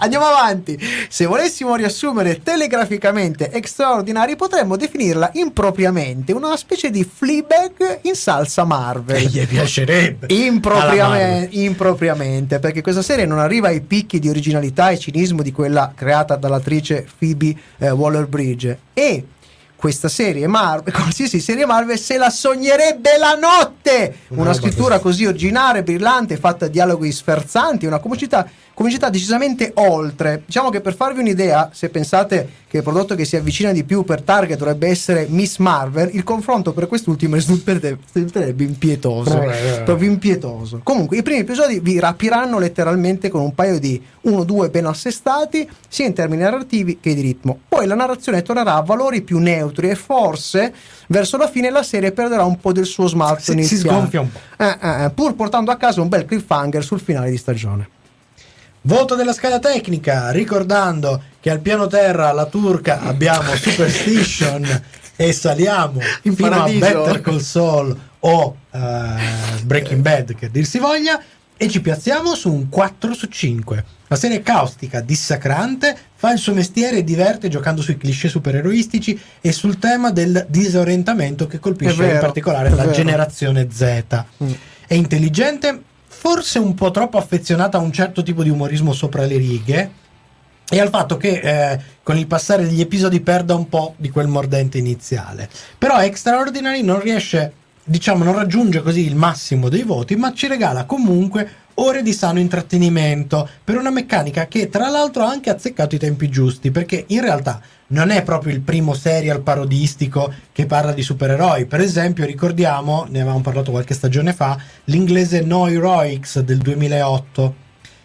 Andiamo avanti. Se volessimo riassumere telegraficamente Extraordinary, potremmo definirla impropriamente una specie di Fleabag in salsa Marvel. E gli piacerebbe. Impropriame- impropriamente, perché questa serie non arriva ai picchi di originalità e cinismo di quella creata dall'attrice Phoebe eh, Waller-Bridge, e questa serie Marvel, qualsiasi serie Marvel, se la sognerebbe la notte. Una, una scrittura così originale, brillante, fatta di dialoghi sferzanti, una comicità, comicità decisamente oltre. Diciamo che, per farvi un'idea, se pensate che il prodotto che si avvicina di più per target dovrebbe essere Miss Marvel, il confronto per quest'ultimo risulterebbe impietoso, eh, eh. proprio impietoso. Comunque, i primi episodi vi rapiranno letteralmente con un paio di uno due ben assestati, sia in termini narrativi che di ritmo. Poi la narrazione tornerà a valori più neutri e forse verso la fine la serie perderà un po' del suo smalto si, iniziale. si sgonfia un po'. Eh, eh, pur portando a casa un bel cliffhanger sul finale di stagione. Voto della scala tecnica, ricordando che al piano terra alla turca abbiamo Superstition e saliamo In fino paradiso. a Better Call Saul o uh, Breaking Bad, che dir si voglia, e ci piazziamo su un quattro su cinque. La serie è caustica, dissacrante, fa il suo mestiere e diverte giocando sui cliché supereroistici e sul tema del disorientamento che colpisce È vero, in particolare è la vero. generazione Z. Mm. È intelligente, forse un po' troppo affezionata a un certo tipo di umorismo sopra le righe e al fatto che eh, con il passare degli episodi perda un po' di quel mordente iniziale. Però Extraordinary non riesce, diciamo, non raggiunge così il massimo dei voti, ma ci regala comunque ore di sano intrattenimento per una meccanica che tra l'altro ha anche azzeccato i tempi giusti, perché in realtà non è proprio il primo serial parodistico che parla di supereroi. Per esempio, ricordiamo, ne avevamo parlato qualche stagione fa, l'inglese No Heroics del duemilaotto,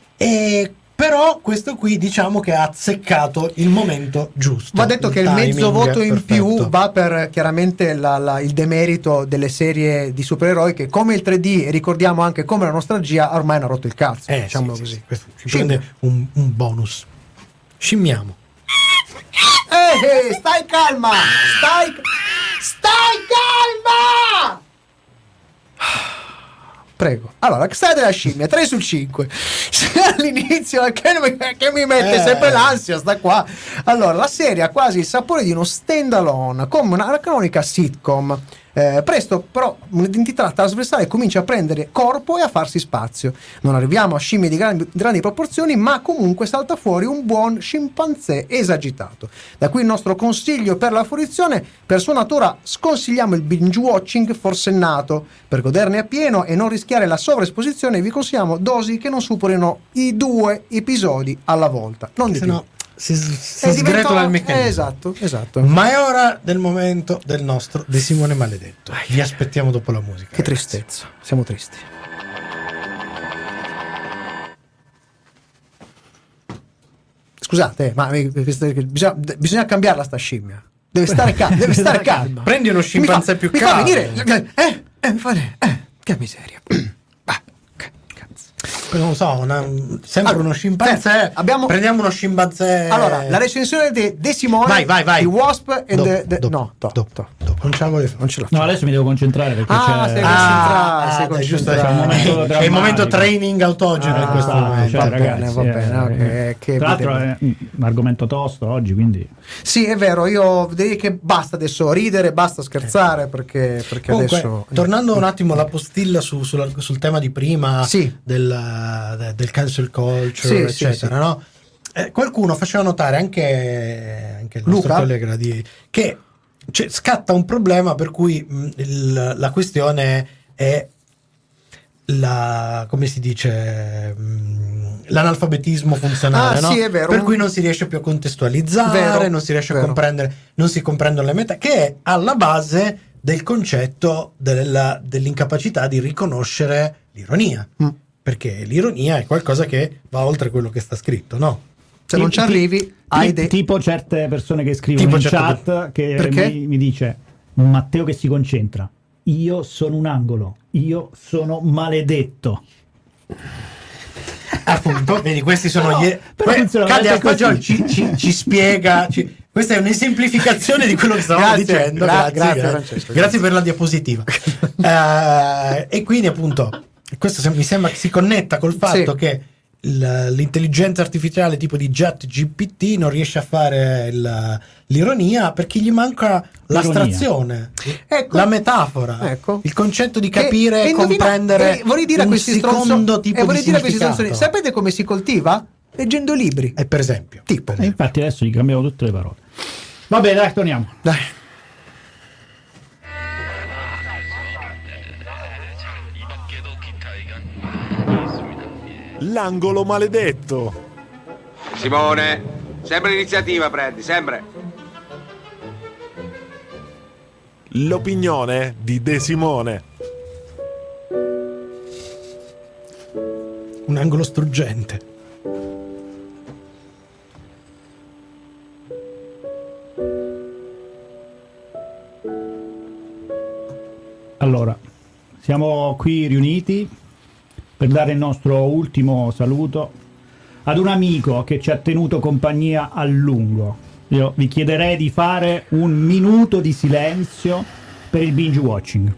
e però questo qui diciamo che ha azzeccato il momento giusto. Va detto che il timing mezzo voto in perfetto. più va per chiaramente la- la- il demerito delle serie di supereroi che, come il tre D e ricordiamo anche come la nostalgia, ormai hanno rotto il cazzo, Eh, diciamolo sì, così. sì, questo ci prende un, un bonus. Scimmiamo. Eh, eh, stai calma, stai stai calma. Prego. Allora, Strada della scimmia, tre su cinque. All'inizio che mi, che mi mette Eh. sempre l'ansia, sta qua. Allora, la serie ha quasi il sapore di uno stand-alone, come una, una canonica sitcom. Eh, presto però un'identità trasversale comincia a prendere corpo e a farsi spazio. Non arriviamo a scimmie di grandi, grandi proporzioni, ma comunque salta fuori un buon scimpanzé esagitato. Da qui il nostro consiglio per la fruizione: per sua natura sconsigliamo il binge watching forsennato. Per goderne appieno e non rischiare la sovraesposizione vi consigliamo dosi che non superino i due episodi alla volta, non di Se più. no si, si E diventa- sgretola il meccanismo. Esatto, esatto. Ma è ora del momento del nostro De Simone maledetto. Vi aspettiamo dopo la musica. Che ragazzi. tristezza, siamo tristi. Scusate, eh, ma eh, bisogna, bisogna cambiarla sta scimmia. Deve stare calma, deve stare calma. Prendi uno scimpanzé più mi calmo. fa venire, eh, eh, mi fa venire, eh, che miseria. Ah, che cazzo. Non lo so, una- sempre Allora, uno scimpanzé. eh, abbiamo- Prendiamo uno scimpanzé. Allora, la recensione di De Simone, Vai, vai, vai. di Wasp e Dopo, de, de- dopo, no, to, dopo, to. dopo. Non ce la voglio fare. Non ce la No, faccio. adesso mi devo concentrare perché Ah, c'è... stai Ah, concentrare, sei dai, giusto, concentrare. è il momento- Momento è il momento drammatico. training autogeno in Ah, questo ah, momento. Cioè, va ragazzi, bene, va bene, eh, ok, che tra l'altro vedevo. è un argomento tosto oggi, quindi Sì, è vero, io direi che basta adesso ridere, basta scherzare perché, perché Comunque, adesso... tornando un attimo alla postilla su- sulla- sul tema di prima Sì. del, de- del cancel culture, Sì, sì, eccetera, sì. no? Eh, qualcuno faceva notare anche, anche il nostro Luca? collega di, che cioè, scatta un problema per cui mh, il- la questione è la, come si dice, mh, l'analfabetismo funzionale, Ah, no? sì, è vero. Per cui non si riesce più a contestualizzare, Vero, non si riesce a vero. comprendere, non si comprendono le meta, che è alla base del concetto della- dell'incapacità di riconoscere l'ironia. Mm. Perché l'ironia è qualcosa che va oltre quello che sta scritto, no? Se non ci Ti- arrivi, hai ti- dei... tipo certe persone che scrivono Tipo in certe chat che Perché? mi, mi dice Matteo che si concentra, io sono un angolo, io sono maledetto. Appunto, vedi, questi sono No, gli. però que- funziona Cade veramente Alfagioli così. ci, ci, ci spiega. ci- Questa è un'esemplificazione di quello che stavamo Grazie, dicendo. gra- grazie, grazie, gra- Francesco, grazie per la diapositiva. Eh, e quindi, appunto, questo sem- mi sembra che si connetta col fatto Sì. che l- l'intelligenza artificiale tipo di ChatGPT non riesce a fare il- l'ironia perché gli manca l'astrazione, Ecco. la metafora, Ecco. il concetto di Che- capire e indovina- comprendere e vorrei dire a un questi secondo stronzo- tipo e vorrei di dire a questi significato. stronzoni, sapete come si coltiva? Leggendo libri. E per esempio, Tipo. E infatti adesso gli cambiamo tutte le parole. Va bene, dai, torniamo. Dai. L'angolo maledetto. Simone, sempre l'iniziativa prendi, sempre. L'opinione di De Simone. un angolo struggente. Allora, siamo qui riuniti per dare il nostro ultimo saluto ad un amico che ci ha tenuto compagnia a lungo. Io vi chiederei di fare un minuto di silenzio per il binge watching.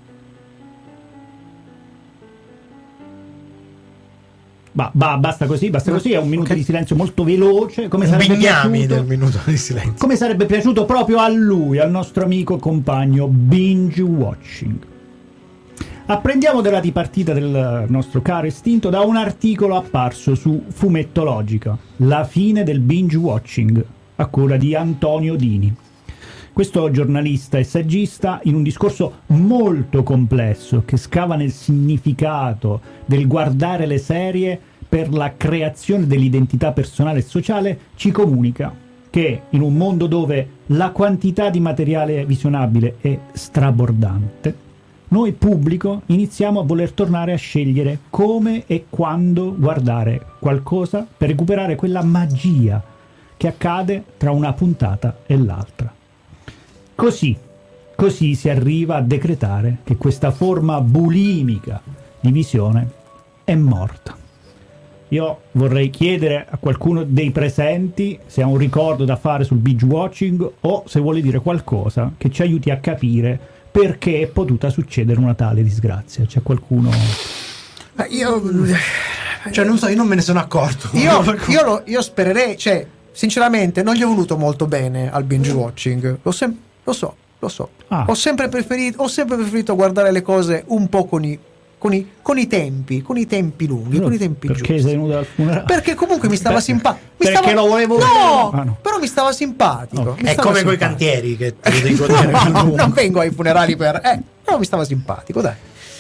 Ba- ba- basta così, basta così, è un minuto Ok. di silenzio molto veloce, come Un sarebbe bignami piaciuto, del minuto di silenzio. come sarebbe piaciuto proprio a lui, al nostro amico compagno binge watching. Apprendiamo della dipartita del nostro caro estinto da un articolo apparso su Fumettologica, La fine del binge watching, a cura di Antonio Dini. Questo giornalista e saggista, in un discorso molto complesso che scava nel significato del guardare le serie per la creazione dell'identità personale e sociale, ci comunica che in un mondo dove la quantità di materiale visionabile è strabordante, noi pubblico iniziamo a voler tornare a scegliere come e quando guardare qualcosa per recuperare quella magia che accade tra una puntata e l'altra. Così, così si arriva a decretare che questa forma bulimica di visione è morta. Io vorrei chiedere a qualcuno dei presenti se ha un ricordo da fare sul binge watching o se vuole dire qualcosa che ci aiuti a capire perché è potuta succedere una tale disgrazia. C'è qualcuno? Ma io, Cioè, non so, io non me ne sono accorto. io, io, lo- io spererei, cioè, sinceramente, non gli ho voluto molto bene al binge watching. Lo, sem- lo so, lo so. Ah. Ho sempre preferito, ho sempre preferito guardare le cose un po' con i, con i, con i tempi, con i tempi lunghi, con i tempi Perché giusti. sei venuto al funerale? Perché comunque mi stava Per- simpatico. perché lo volevo vedere? No, Ah, no. però mi stava simpatico. Ok. mi È stava come coi simpatico. cantieri che te lo devi godere più No, lungo. non vengo ai funerali per... Eh, però mi stava simpatico, dai.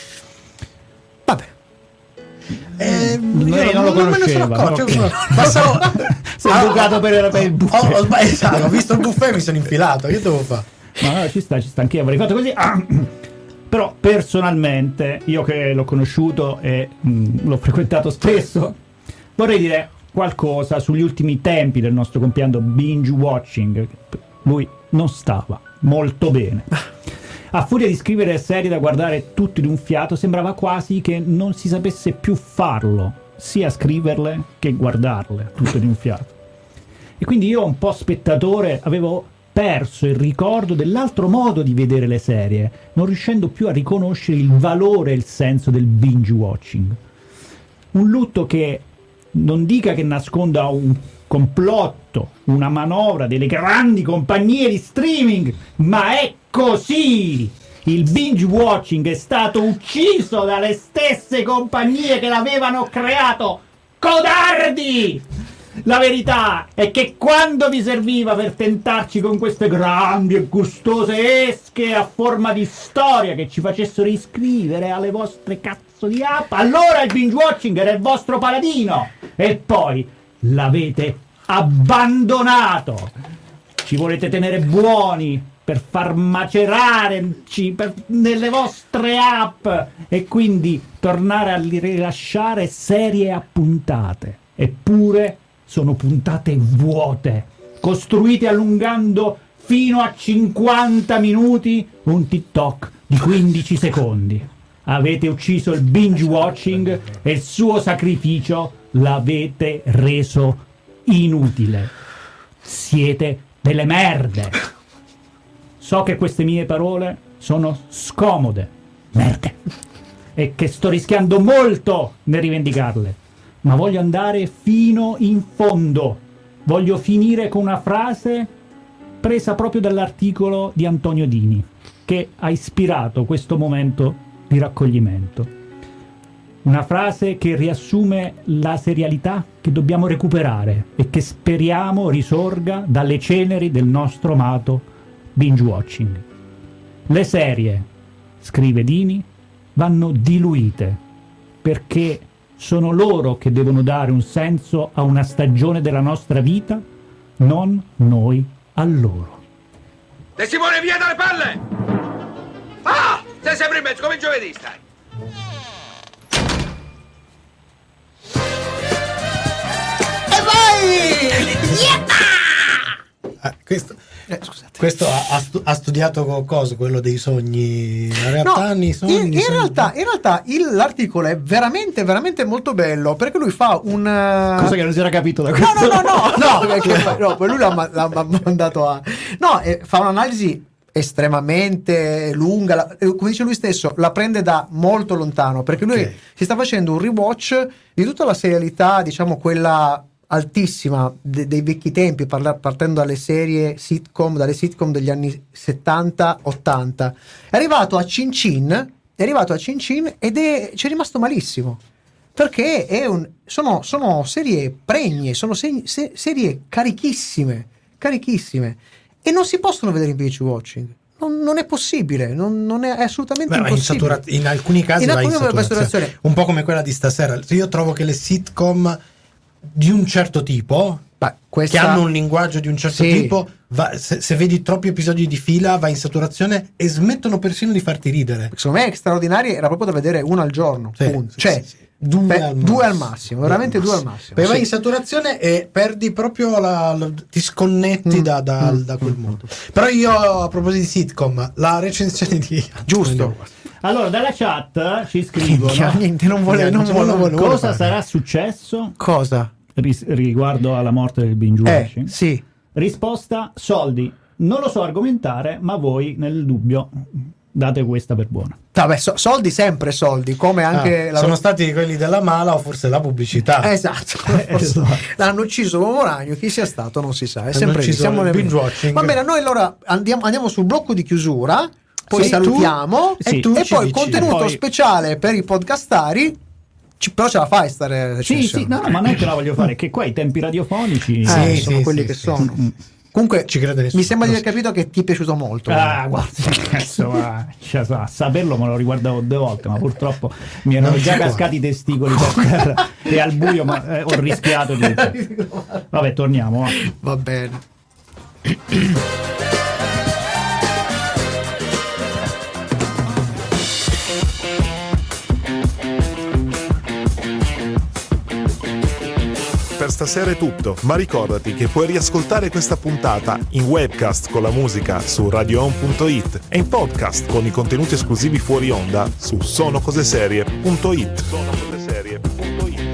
Vabbè. Eh, Lei io non lo me ne sono conosceva, accorto. ok. Cioè, passavo- Sei Ah, bucato per, per il Ho, buffet. ho sbagliato, ho visto il buffet e mi sono infilato. Che devo fare? Ma no, ci sta, ci sta, anche io avrei fatto così. Ah, però personalmente, io che l'ho conosciuto e mh, l'ho frequentato spesso, vorrei dire qualcosa sugli ultimi tempi del nostro compianto binge watching. Lui non stava molto bene. A furia di scrivere serie da guardare tutti d'un fiato, sembrava quasi che non si sapesse più farlo, sia scriverle che guardarle tutte di un fiato. E quindi io, un po' spettatore, avevo perso il ricordo dell'altro modo di vedere le serie, non riuscendo più a riconoscere il valore e il senso del binge watching. Un lutto che non dica che nasconda un complotto, una manovra delle grandi compagnie di streaming, ma è così! Il binge watching è stato ucciso dalle stesse compagnie che l'avevano creato! Codardi! La verità è che quando vi serviva per tentarci con queste grandi e gustose esche a forma di storia che ci facessero iscrivere alle vostre cazzo di app, allora il binge watching era il vostro paladino e poi l'avete abbandonato. Ci volete tenere buoni per far macerare ci- per- nelle vostre app e quindi tornare a li- rilasciare serie a puntate. Eppure sono puntate vuote, costruite allungando fino a cinquanta minuti un TikTok di quindici secondi. Avete ucciso il binge watching e il suo sacrificio l'avete reso inutile. Siete delle merde. So che queste mie parole sono scomode, merde, e che sto rischiando molto nel rivendicarle. ma voglio andare fino in fondo. Voglio finire con una frase presa proprio dall'articolo di Antonio Dini, che ha ispirato questo momento di raccoglimento. Una frase che riassume la serialità che dobbiamo recuperare e che speriamo risorga dalle ceneri del nostro amato binge watching. Le serie, scrive Dini, vanno diluite perché sono loro che devono dare un senso a una stagione della nostra vita, non noi a loro. De Simone, via dalle palle! Ah! Sei sempre in mezzo, come giovedì stai. E vai! Ah, questo Eh, scusate. questo ha, ha stu- ha studiato co- cosa? Quello dei sogni. In realtà, No, nei sogni, in, in sogni- realtà, in realtà il- l'articolo è veramente, veramente molto bello perché lui fa un. uh, Cosa che non si era capito da No, questo. no, no, no, no, perché poi- no, poi lui l'ha, ma- l'ha ma- mandato a. No, eh, fa un'analisi estremamente lunga, la- eh, come dice lui stesso, la prende da molto lontano perché lui Ok. si sta facendo un rewatch di tutta la serialità, diciamo quella altissima de- dei vecchi tempi, parla- partendo dalle serie sitcom, dalle sitcom degli anni settanta ottanta. È arrivato a Cin Cin, è arrivato a Cin Cin ed è ci è rimasto malissimo. Perché è un, sono, sono serie pregne, sono se- se- serie carichissime, carichissime, e non si possono vedere in binge watching. Non, non è possibile, non, non è, è assolutamente Beh, ma in, impossibile. satura- in alcuni casi In va in alcuni va in saturazione. saturazione. Un po' come quella di stasera. Io trovo che le sitcom di un certo tipo, Beh, questa- che hanno un linguaggio di un certo Sì. tipo, va- se, se vedi troppi episodi di fila va in saturazione e smettono persino di farti ridere. Secondo me straordinarie era proprio da vedere una al giorno, Sì, punto. sì, Cioè, sì, sì. Due, beh, al due al massimo. massimo, veramente due al massimo. Poi vai Sì. in saturazione e perdi proprio la, la- ti sconnetti Mm, da, da- mm, da quel mm. mondo. Però io, a proposito di sitcom, la recensione di Giusto. Allora, dalla chat ci scrivono Minchia, niente, non vuole, non vuole, non vuole cosa fare. sarà successo Cosa? ris- riguardo alla morte del binge Eh, watching. sì. Risposta: soldi. Non lo so argomentare, ma voi nel dubbio date questa per buona. Vabbè, so- soldi sempre soldi, come anche Ah, la sono stati quelli della mala o forse la pubblicità. Esatto, Forse esatto. l'hanno ucciso l'uomo ragno, chi sia stato non si sa, è Hanno sempre lì, ucciso siamo il nel- binge watching. Va bene, noi allora andiamo, andiamo sul blocco di chiusura, poi Sì, salutiamo tu- sì. e, tu e ci poi dici. contenuto E poi- speciale per i podcastari, ci- però ce la fai stare Sì, recensione. sì, no, no, ma non è che la voglio fare, che qua i tempi radiofonici. Eh, Sì, sono sì, quelli sì, che sì, sono. Mm. Comunque Ci crede nessuno. mi sembra di aver capito che ti è piaciuto molto. Ah, guarda, insomma, cioè, sa- saperlo me lo riguardavo due volte, ma purtroppo mi erano Non già si può. cascati i testicoli per terra e al buio ma, eh, ho rischiato di. Vabbè, torniamo. va. Va bene. Per stasera è tutto, ma ricordati che puoi riascoltare questa puntata in webcast con la musica su radio on punto it e in podcast con i contenuti esclusivi fuori onda su sonocoseserie punto it. sonocoseserie punto it.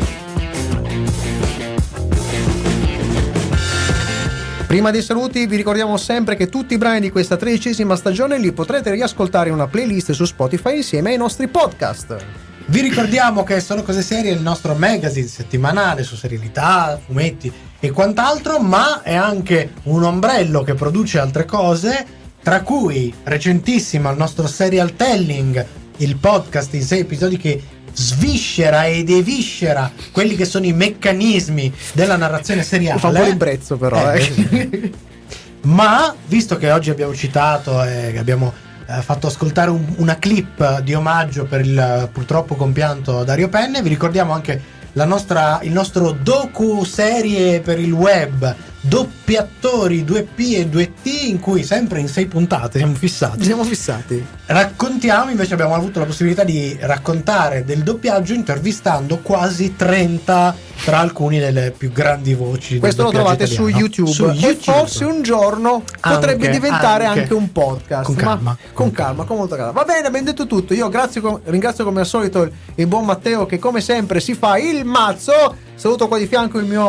Prima dei saluti vi ricordiamo sempre che tutti i brani di questa tredicesima stagione li potrete riascoltare in una playlist su Spotify insieme ai nostri podcast. Vi ricordiamo che Sono Cose Serie è il nostro magazine settimanale su serialità, fumetti e quant'altro, ma è anche un ombrello che produce altre cose, tra cui recentissimo il nostro Serial Telling, il podcast in sei episodi che sviscera ed eviscera quelli che sono i meccanismi della narrazione seriale. Fa un po' l'imbrezzo però, eh. Eh, Ma visto che oggi abbiamo citato e abbiamo eh, fatto ascoltare un- una clip di omaggio per il eh, purtroppo compianto Dario Penne, vi ricordiamo anche la nostra, il nostro docu serie per il web, doppi attori due P e due T, in cui sempre in sei puntate siamo Ci fissati. siamo fissati. Raccontiamo, invece abbiamo avuto la possibilità di raccontare del doppiaggio intervistando quasi trenta tra alcuni delle più grandi voci. del Questo lo doppiaggio trovate su italiano. YouTube, Su e YouTube. forse un giorno potrebbe Anche, diventare anche, anche. un podcast. Con ma- calma, con, con calma, con molta calma. Va bene, abbiamo detto tutto. Io grazie, com- ringrazio come al solito il, il buon Matteo che come sempre si fa il mazzo. Saluto qua di fianco il mio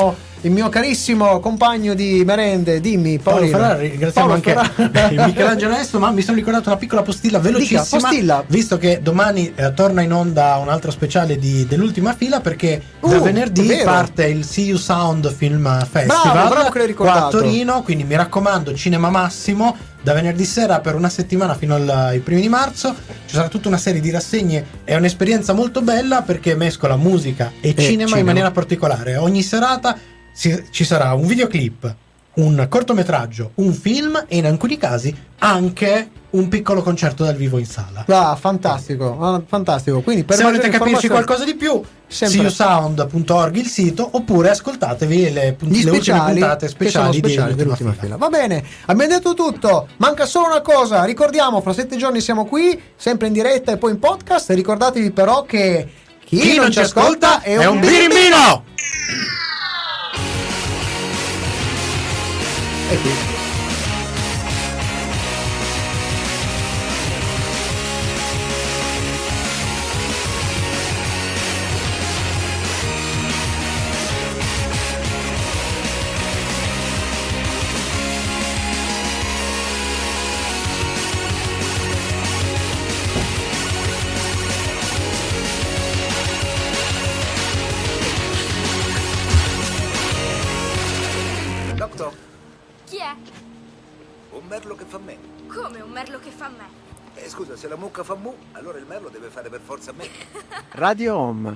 il mio carissimo compagno di merende, dimmi Paolo Paolino. Ferrara, ringraziamo Paolo anche Ferrara. Michelangelo Esto, ma mi sono ricordato una piccola postilla velocissima. Dica, postilla. Visto che domani eh, torna in onda un altro speciale di, dell'ultima fila, perché da Uh, venerdì vero. parte il See You Sound Film Festival Bravo, bravo che l'hai qua a ricordato. Torino, quindi mi raccomando, Cinema Massimo, da venerdì sera per una settimana fino al, ai primi di marzo. Ci sarà tutta una serie di rassegne, è un'esperienza molto bella perché mescola musica e, cinema, cinema. in maniera particolare. Ogni serata si- ci sarà un videoclip, un cortometraggio, un film e in alcuni casi anche un piccolo concerto dal vivo in sala. Ah, fantastico, ah, fantastico. Quindi per Se volete maggiori capirci informazioni- qualcosa di più, Sempre. see you sound punto org il sito, oppure ascoltatevi le, punt- gli le ultime speciali, puntate che sono speciali, speciali dell'ultima dell'ultima fila. Va bene, abbiamo detto tutto. Manca solo una cosa. Ricordiamo, fra sette giorni siamo qui, sempre in diretta e poi in podcast. Ricordatevi però che chi, Chi non ci ascolta è un birimbino! E qui. Doctor, Chi è? un merlo che fa me. Come un merlo che fa me? Eh, scusa, se la mucca fa mu, allora il merlo deve fare per forza me. Radio Home.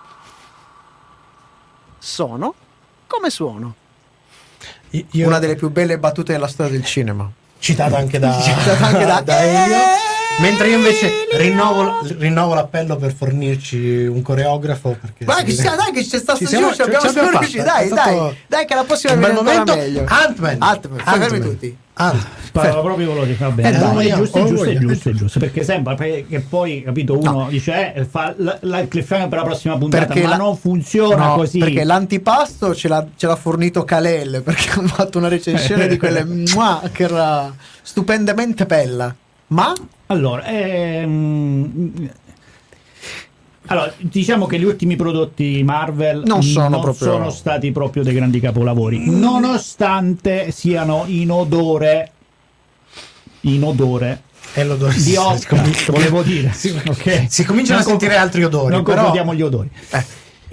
Sono come suono. Io- Una delle più belle battute della storia del cinema. citata anche da, Citata anche da- da Elio. Mentre io invece rinnovo, rinnovo l'appello per fornirci un coreografo. Perché Guarda si che ci vede- sta, dai che c'è sta Ci stagione, siamo- abbiamo ce l'abbiamo riusciti, fatta, dai, è stato dai, dai che la prossima un bel viene ancora momento. meglio. Ant-Man. Ant-Man, fai fermi Ant-Man. tutti. Ant-Man. Parlava proprio veloce, va bene. Eh, No, dai, è giusto, è oh, giusto, è voglia. giusto, è giusto. Perché sembra che poi, capito, uno No. dice, eh, fa la, la, il cliffhanger per la prossima puntata, Perché ma la- non funziona No, così. perché l'antipasto ce l'ha, ce l'ha fornito Kalel, perché ha fatto una recensione di quelle mua, che era stupendamente bella. Ma Allora, ehm, allora, diciamo che gli ultimi prodotti Marvel Non sono proprio- sono stati proprio dei grandi capolavori, nonostante siano in odore in odore E l'odore di si- Oscar, si comincia- volevo dire. si, Ok. si cominciano Non a sentire conf- altri odori. Non però confondiamo gli odori. Eh.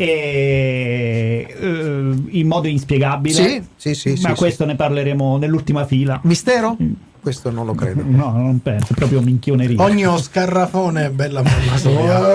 E, eh, in modo inspiegabile. Sì, sì, sì, ma sì, questo ne parleremo nell'ultima fila. mistero? Questo non lo credo. No, non penso, è proprio minchioneria. ogni scarrafone è bella mamma Oh, sua.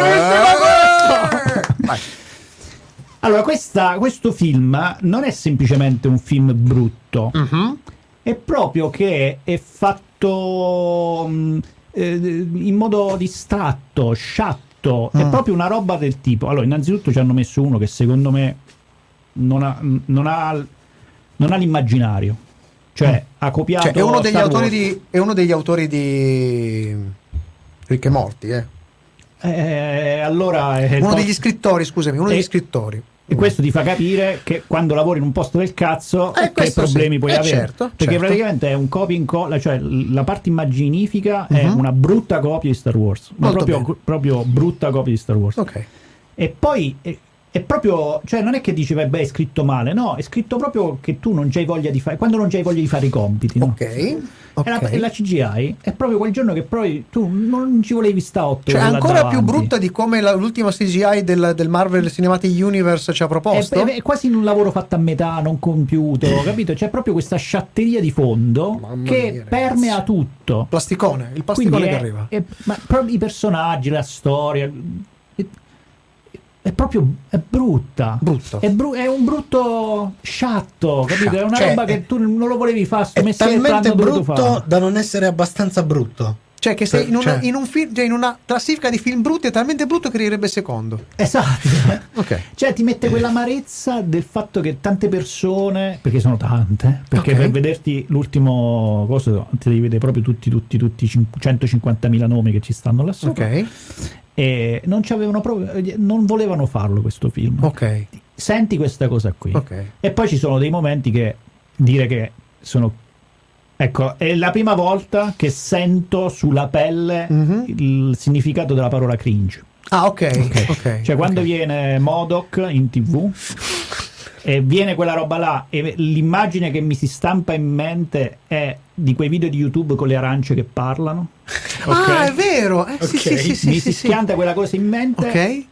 Vai. Allora, questa- questo film non è semplicemente un film brutto, Mhm. è proprio che è fatto mh, eh, in modo distratto, sciatto, è Mm. proprio una roba del tipo. Allora, innanzitutto ci hanno messo uno che secondo me non ha, non ha, non ha l'immaginario, cioè ha copiato. Cioè, è uno degli Star autori Wars. di è uno degli autori di Ricche e Morti, eh. Eh, allora è il Uno po- degli scrittori, scusami, uno E- degli scrittori. E questo ti fa capire che quando lavori in un posto del cazzo, Eh, che questo problemi sì. puoi Eh, avere. certo, Perché certo. praticamente è un copia e incolla, cioè l- la parte immaginifica è Mhm. una brutta copia di Star Wars. Ma Molto proprio, bene. proprio brutta copia di Star Wars. Ok. E poi è, è proprio, cioè non è che dici, beh, è scritto male, no, è scritto proprio che tu non c'hai voglia di fare, quando non c'hai voglia di fare i compiti, no? Ok. ok. E, la, e la C G I è proprio quel giorno che poi tu non ci volevi sta otto Cioè, ore là ancora più davanti. brutta di come la- l'ultima C G I del, del Marvel Cinematic Universe ci ha È, proposto. è- è quasi un lavoro fatto a metà, non compiuto, capito? C'è proprio questa sciatteria di fondo Mamma che mia, permea ragazzi. tutto. Plasticone, il Quindi plasticone è- che arriva. è- ma proprio i personaggi, la storia è, è proprio è brutta. Brutto. È, bru- è un brutto sciatto, capito? È una Cioè, roba è- che tu non lo volevi fare, sto È mestiere talmente l'hanno dovuto brutto fare. da non essere abbastanza brutto. Cioè, che sei in, una, Cioè- in un film, cioè in una classifica di film brutti è talmente brutto che arriverebbe secondo. Esatto. Ok. Cioè ti mette quell'amarezza del fatto che tante persone, perché sono tante, perché Ok. per vederti l'ultimo coso ti devi vedere proprio tutti, tutti, tutti i centocinquantamila nomi che ci stanno là sopra. Ok. E non c'avevano proprio, non volevano farlo questo film. Ok. Senti questa cosa qui. Ok. E poi ci sono dei momenti che dire che sono. Ecco, è la prima volta che sento sulla pelle Mhm. il significato della parola cringe. Ah, ok. Ok. Cioè, quando ok. viene M O D O K in tivù e viene quella roba là e l'immagine che mi si stampa in mente è di quei video di YouTube con le arance che parlano. Ah, Ok? è vero. Eh, sì, Ok. sì, sì, sì, mi sì, si sì. schianta quella cosa in mente. Ok.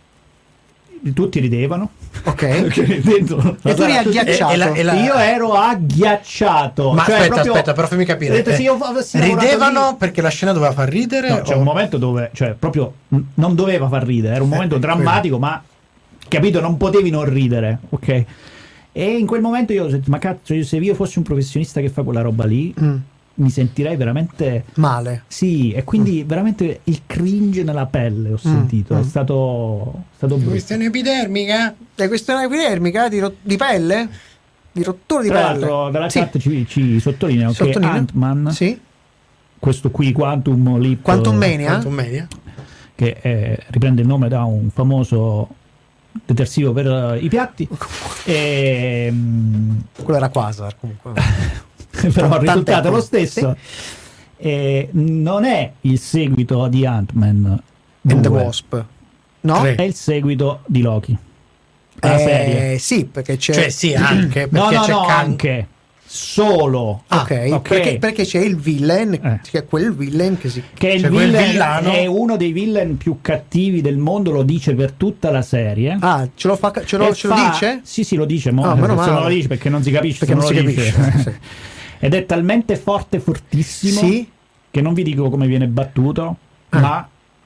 Tutti ridevano. Ok. Perché dentro E tu eri tutti- agghiacciato. E- e la- e la- Io ero agghiacciato. Ma cioè, aspetta, proprio- aspetta, però fammi capire. Ho detto, Eh, se io avessi lavorato ridevano lì- perché la scena doveva far ridere? No, c'è o- un momento dove, cioè, proprio n- non doveva far ridere, era un momento Eh, drammatico, ma capito, non potevi non ridere, ok? E in quel momento io ho detto, ma cazzo, io- se io fossi un professionista che fa quella roba lì, Mm, mi sentirei veramente. male. Sì, e quindi veramente il cringe nella pelle ho sentito, mm. è stato, è stato brutto. Questione epidermica? È questione epidermica di, ro- di pelle? Di rottura di Tra pelle? l'altro dalla Sì. chat ci, ci sottolineo Sottolineo. che Ant-Man, Sì. questo qui Quantum Leap, Quantum Mania? Quantum Mania? che eh, riprende il nome da un famoso detersivo per eh, i piatti, e, mm, Quello era Quasar comunque. però il Tant'è risultato è lo poi. stesso. E non è il seguito di Ant-Man And the due, Wasp. No? Tre. è il seguito di Loki, la Eh, serie. sì, perché c'è. Cioè sì, anche perché No, no, c'è no, Kang. anche solo. Ah, ok, ok. Perché, perché c'è il villain, Eh. che è quel villain che si. Che il Cioè, quel villain villano- è uno dei villain più cattivi del mondo, lo dice per tutta la serie. Ah, ce lo, fa, ce lo, E ce lo fa- dice? Sì, sì, lo dice. Mo, Ah, meno se non male. lo dice perché non si capisce. Perché se non si lo dice. capisce, sì. Ed è talmente forte, fortissimo, Sì. che non vi dico come viene battuto, Ah. ma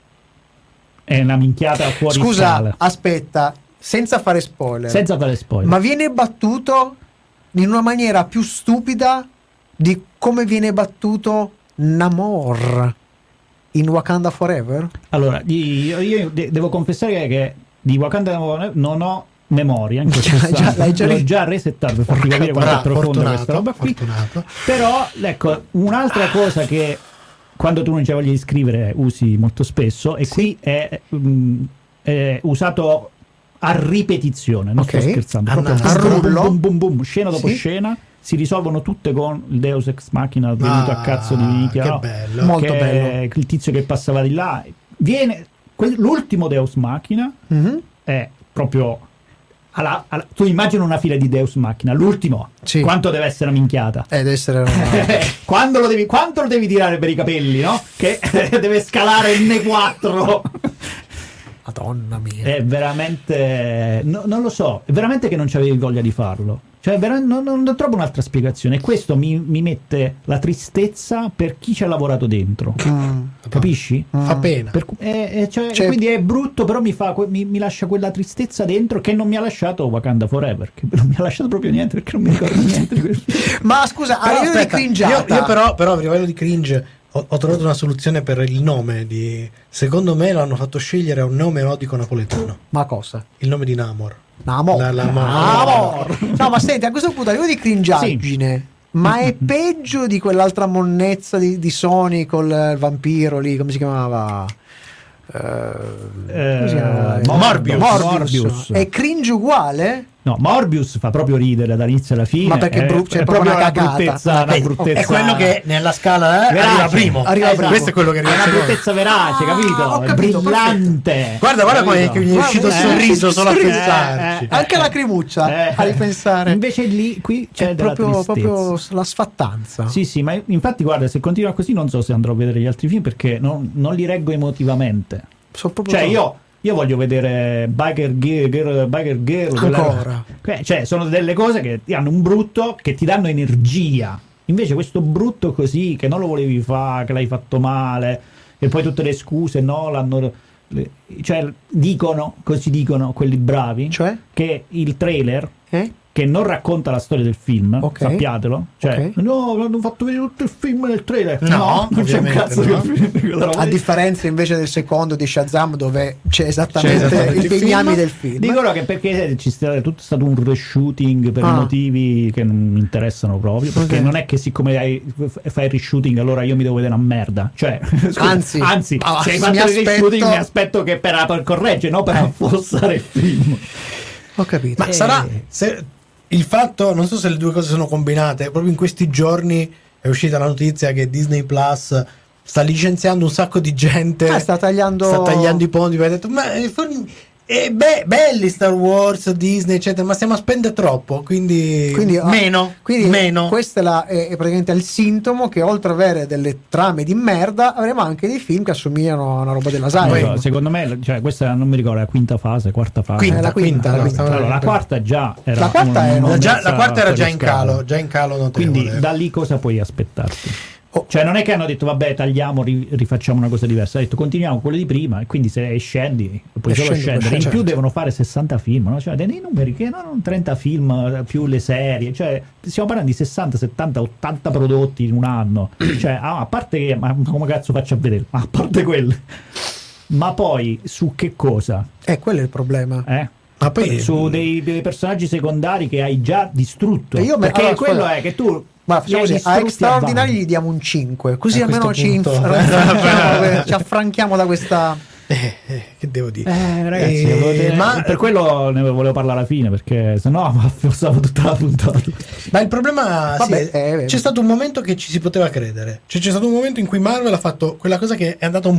è una minchiata fuori Scusa, scala. aspetta, senza fare spoiler. Senza fare spoiler. Ma viene battuto in una maniera più stupida di come viene battuto Namor in Wakanda Forever? Allora, io, io de- devo confessare che di Wakanda non ho memoria in questo Già- già- istante. l'hai già L'ho ri- già resettato per farti capire quanto è profonda questa roba qui. fortunato. Però, ecco, un'altra cosa che quando tu non c'hai voglia di scrivere usi molto spesso, e qui è, mm, è usato a ripetizione, non Ok. sto scherzando, A proprio naso. boom, boom, Rullo. boom, boom, boom, scena dopo Sì. scena, si risolvono tutte con il Deus Ex Machina venuto Ah, a cazzo di Nvidia, che no? bello. Molto Che bello. è il tizio che passava di là, viene que- l'ultimo Deus Machina Mhm. è proprio alla- alla- tu immagini una fila di Deus Machina, l'ultimo Sì. quanto deve essere una minchiata. Eh, deve essere una- Quando lo devi, quanto lo devi tirare per i capelli, no? Che deve scalare il N quattro. Madonna mia. È veramente. no- non lo so, è veramente che non c'avevi voglia di farlo. Cioè, vera- non, non trovo un'altra spiegazione. E questo mi, mi mette la tristezza per chi ci ha lavorato dentro. Mm. Capisci? Fa pena. Per cu- eh, eh, cioè, Cioè- quindi è brutto, però mi, fa, que- mi, mi lascia quella tristezza dentro che non mi ha lasciato Wakanda Forever. Che non mi ha lasciato proprio niente perché non mi ricordo niente di quel film. Ma scusa, a Però livello di aspetta, cringiata. io, io però, però a livello di cringe ho, ho trovato una soluzione per il nome di, secondo me l'hanno fatto scegliere a un nome erotico napoletano, Ma cosa? il nome di Namor. Namor. La- la- Namor. No, ma senti, a questo punto a livello di cringiaggine, ma è peggio di quell'altra monnezza di, di Sony col vampiro lì, come si chiamava? Eh, come si chiamava? Eh, Morbius. Morbius. Morbius. È cringe uguale? No, Morbius fa proprio ridere dall'inizio alla fine. Ma perché è è, bru- c'è è proprio proprio una una cagata. bruttezza, una Vedi, bruttezza. è quello che nella scala eh, Verace. arriva primo. Arriva primo. Questo è quello che è arriva una secondo. bruttezza verace, Ah, capito? ho È capito, brillante. Guarda, guarda come Capito? che mi è uscito il Guarda, sorriso eh, solo a sorriso. pensarci. Eh, Anche la crimuccia, Eh. a ripensare. Invece lì, qui c'è È della proprio, tristezza. proprio la sfattanza. Sì, sì, ma infatti guarda, se continua così non so se andrò a vedere gli altri film perché non, non li reggo emotivamente. Sono proprio Cioè io, io voglio vedere Biker Girl, Girl- Biker Girl quella- Ancora. Eh, cioè sono delle cose che ti hanno un brutto, che ti danno energia. Invece questo brutto così, che non lo volevi fare, che l'hai fatto male, e poi tutte le scuse, no, l'hanno... le- cioè dicono, così dicono quelli bravi, Cioè? che il trailer... Eh? che non racconta la storia del film, Ok. sappiatelo. Cioè, Ok. no, hanno fatto vedere tutto il film nel trailer. No, non c'è un ovviamente cazzo no. di quella roba A lì. differenza invece del secondo di Shazam dove c'è esattamente, C'è esattamente il il beniami film. del film. Dicono che perché ci sta tutto stato un reshooting per Ah. motivi che non mi interessano proprio, perché Ok. non è che siccome hai, fai il reshooting allora io mi devo vedere una merda, cioè scusa, Anzi, anzi ah, se hai mi fatto il aspetto- reshooting mi aspetto che per, per correggere, no per affossare il film. Ho capito. Ma Eh. sarà se, il fatto, non so se le due cose sono combinate, proprio in questi giorni è uscita la notizia che Disney Plus sta licenziando un sacco di gente, Ah, sta tagliando sta tagliando i ponti, perché ha detto ma eh, for- E beh, belli Star Wars, Disney, eccetera, ma stiamo a spendere troppo, quindi, Quindi, ah, meno, quindi meno. questo è, la, è, è praticamente il sintomo che oltre ad avere delle trame di merda avremo anche dei film che assomigliano a una roba della Non lo saga. so, secondo me, cioè, questa non mi ricordo, la quinta fase, quarta fase. Quinta, la quinta, la no, quinta. stavo- Allora, la quarta già era La quarta un- era- una già- la mezza quarta era già in fuori calo, scala. già in calo notevole. Quindi da lì cosa puoi aspettarti? Oh. Cioè non è che hanno detto vabbè tagliamo, ri- rifacciamo una cosa diversa, hanno detto continuiamo quello di prima e quindi se scendi puoi E solo scendi, scendere. puoi In scendere. più devono fare sessanta film, no? Cioè dei numeri che non trenta film eh, più le serie, cioè stiamo parlando di sessanta, settanta, ottanta prodotti in un anno. Cioè ah, a parte che ma come cazzo faccio a vedere? Ma a parte quello. Ma poi su che cosa? Eh, quello è il problema. Eh? Ma poi Su dei, dei personaggi secondari che hai già distrutto. E io me- perché allora, quello scusa. è che tu Ma li facciamo hai così, a distrutti Extraordinari banda. gli diamo un cinque, così A almeno questo ci, punto- inf- ci affranchiamo da questa... Eh, eh, che devo dire? Eh, ragazzi, Eh, volete- ma- per quello ne volevo parlare alla fine, perché sennò mi affossavo tutta la puntata. Ma il problema Vabbè, sì, eh, vedi. c'è stato un momento che ci si poteva credere. Cioè, c'è stato un momento in cui Marvel ha fatto quella cosa che è andata un,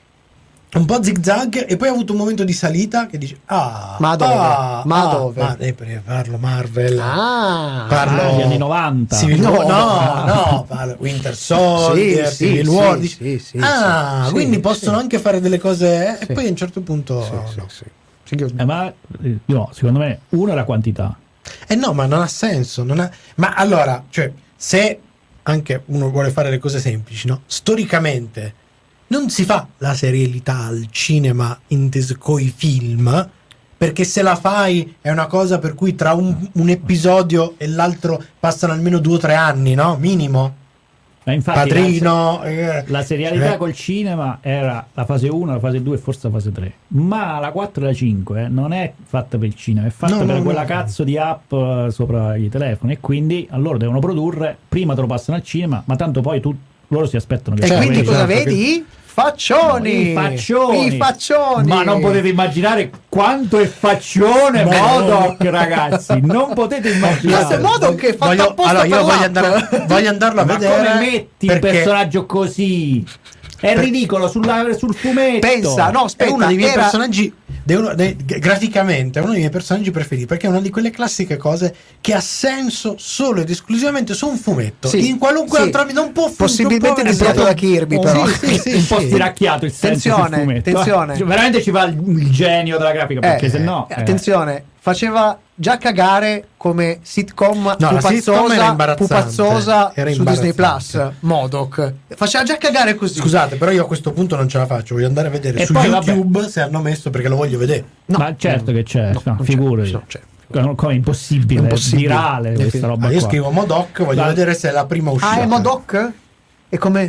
un po' zig zag e poi ha avuto un momento di salita che dice ah, Ma dove? ah, Ma ah, dove? ma- eh, perché parlo Marvel. Ah, Parlo Ah, gli anni novanta. Civil No. War, no, no, parlo Winter Soldier, Sì, sì, Civil sì, War. sì, dici, sì, ah, sì, quindi sì, possono sì. anche fare delle cose eh, Sì. e poi a un certo punto Sì, oh, sì, no. sì. Sì, che- Eh, ma eh, no, secondo me uno è la quantità. Eh no, ma non ha senso. Non ha... Ma allora, cioè, se anche uno vuole fare le cose semplici, no? Storicamente non si fa la serialità al cinema inteso coi film, perché se la fai è una cosa per cui tra un, un episodio e l'altro passano almeno due o tre anni, no? Minimo. Ma infatti Padrino. la, eh, la serialità eh. col cinema era la fase uno, la fase due e forse la fase tre. Ma la quattro e la cinque eh, non è fatta per il cinema, è fatta No, per no, quella no. cazzo di app eh, sopra i telefoni. E quindi allora devono produrre, prima te lo passano al cinema, ma tanto poi tu, loro si aspettano che E Cioè, quindi quindi cosa certo vedi? Faccioni! I faccioni. I faccioni! Ma non potete immaginare quanto è faccione Modok, ragazzi. Non potete immaginare. Questo è Modok che è fatto Voglio, apposta allora, io per voglio, l'app. andare, voglio andarlo a Ma vedere. come metti perché il personaggio così? È Per- ridicolo sulla- sul fumetto. Pensa, no, è aspetta, uno dei miei era- personaggi de uno- de- graficamente è uno dei miei personaggi preferiti perché è una di quelle classiche cose che ha senso solo ed esclusivamente su un fumetto. Sì, In qualunque sì. altro non può Possibilmente non può- disegnato da Kirby, Oh, però. sì, sì, sì, un po' sì. stiracchiato il senso Attenzione, sul fumetto. attenzione. Cioè, veramente ci va il, il genio della grafica, perché Eh, se no eh, attenzione, faceva già cagare come sitcom la sitcom era pupazzosa, imbarazzante. pupazzosa Era su Disney Plus, imbarazzante. Modok. Faceva già cagare così. Scusate, però io a questo punto non ce la faccio. Voglio andare a vedere E su poi, vabbè. YouTube se hanno messo perché lo voglio vedere. No, ma certo che c'è, no, no, non figurati. c'è, no, c'è. Come- come è impossibile, Impossibile. virale questa roba Ah, io qua. scrivo Modok, voglio La- vedere se è la prima uscita. Ah, è Modok? È come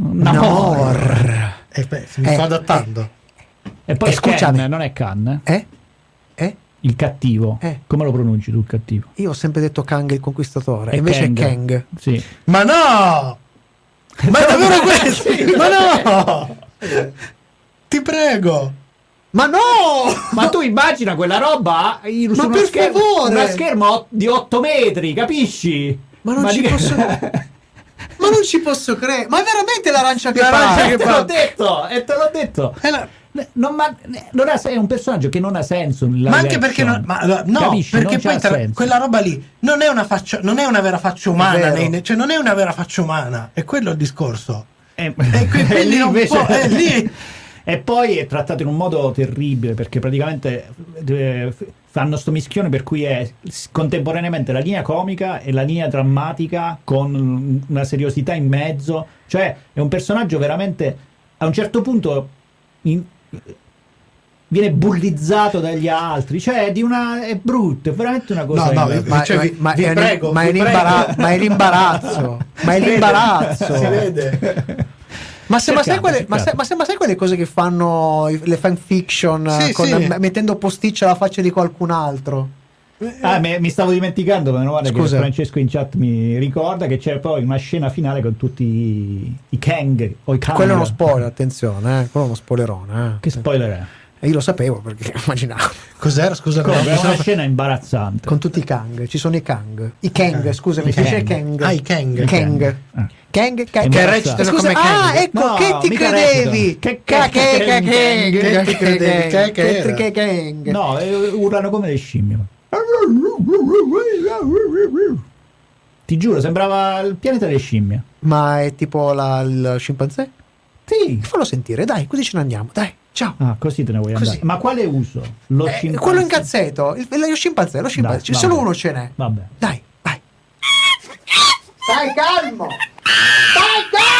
Namor. Eh, beh, mi Eh, sto adattando. E poi Eh, scusami. Ken, non è Khan, Eh? Eh? il cattivo. Eh. Come lo pronunci tu il cattivo? Io ho sempre detto Kang il conquistatore, È invece Kang. è Kang. Sì. Ma no! Ma è davvero questo? Ma no! Ti prego! Ma no! Ma tu immagina quella roba in, Ma su uno per schermo, favore! uno schermo di otto metri, capisci? Ma non ci di- posso- Ma non ci posso credere! Ma è veramente l'arancia che L'arancia parla? che Eh, te fa- l'ho detto, e te l'ho detto. È la- Non, ma, non ha, è un personaggio che non ha senso. in Ma live anche perché action. non, ma, allora, no, Capisci? perché Non poi c'ha tra- senso. quella roba lì non è una faccia, non è una vera faccia È umana, vero. nei- cioè non è una vera faccia umana, è quello il discorso. Eh, E qui- quindi lì non invece- può- è lì. E poi è trattato in un modo terribile perché praticamente eh, f- fanno sto mischione per cui è s- contemporaneamente la linea comica e la linea drammatica con una seriosità in mezzo. Cioè è un personaggio veramente a un certo punto in- viene bullizzato dagli altri, cioè è di una è brutto, è veramente una cosa. No, no, in- Ma, Cioè, ma- vi- ma vi è, un- prego, ma è vi l'imbara- prego. ma è l'imbarazzo, ma è Si vede, l'imbarazzo. si vede. Ma sembra, sai Cercate, quelle, ma, cercate. se- ma sembra sai quelle cose che fanno i- le fanfiction Sì, con- sì. m- mettendo posticcia alla faccia di qualcun altro? Ah, me- mi stavo dimenticando, meno male che Scusa. Francesco in chat mi ricorda che c'è poi una scena finale con tutti i, i Kang o i Kang. Quello è uno spoiler, attenzione, eh, quello è uno spoilerone. eh. Che spoiler è? E io lo sapevo perché immaginavo. Cos'era? Scusa, Comunque, no, è una cosa- scena imbarazzante. Con tutti i Kang, ci sono i Kang. I Kang, Eh, scusami, i si dice Kang. Kang. Ah, i Kang. Kang. Eh. Kang, Kang. Che recitano Scusa, come ah, Kang. ecco, No, che ti mica credevi? recitano. Che- Ca- che- che- che- che- Kang, che ti credevi? Che- che era? che- Kang. No, eh, urlano come le scimmie. Ti giuro, sembrava il pianeta delle scimmie. Ma è tipo la, il scimpanzé? Sì. Fallo sentire, dai, così ce ne andiamo, dai, ciao. Ah, così te ne vuoi Così. andare. Ma quale uso? Lo Eh, scimpanzé? quello in cazzetto, il, lo scimpanzé, lo scimpanzé, Dai, c'è vabbè. solo uno ce n'è. Vabbè. Dai, vai. Stai calmo. Stai calmo.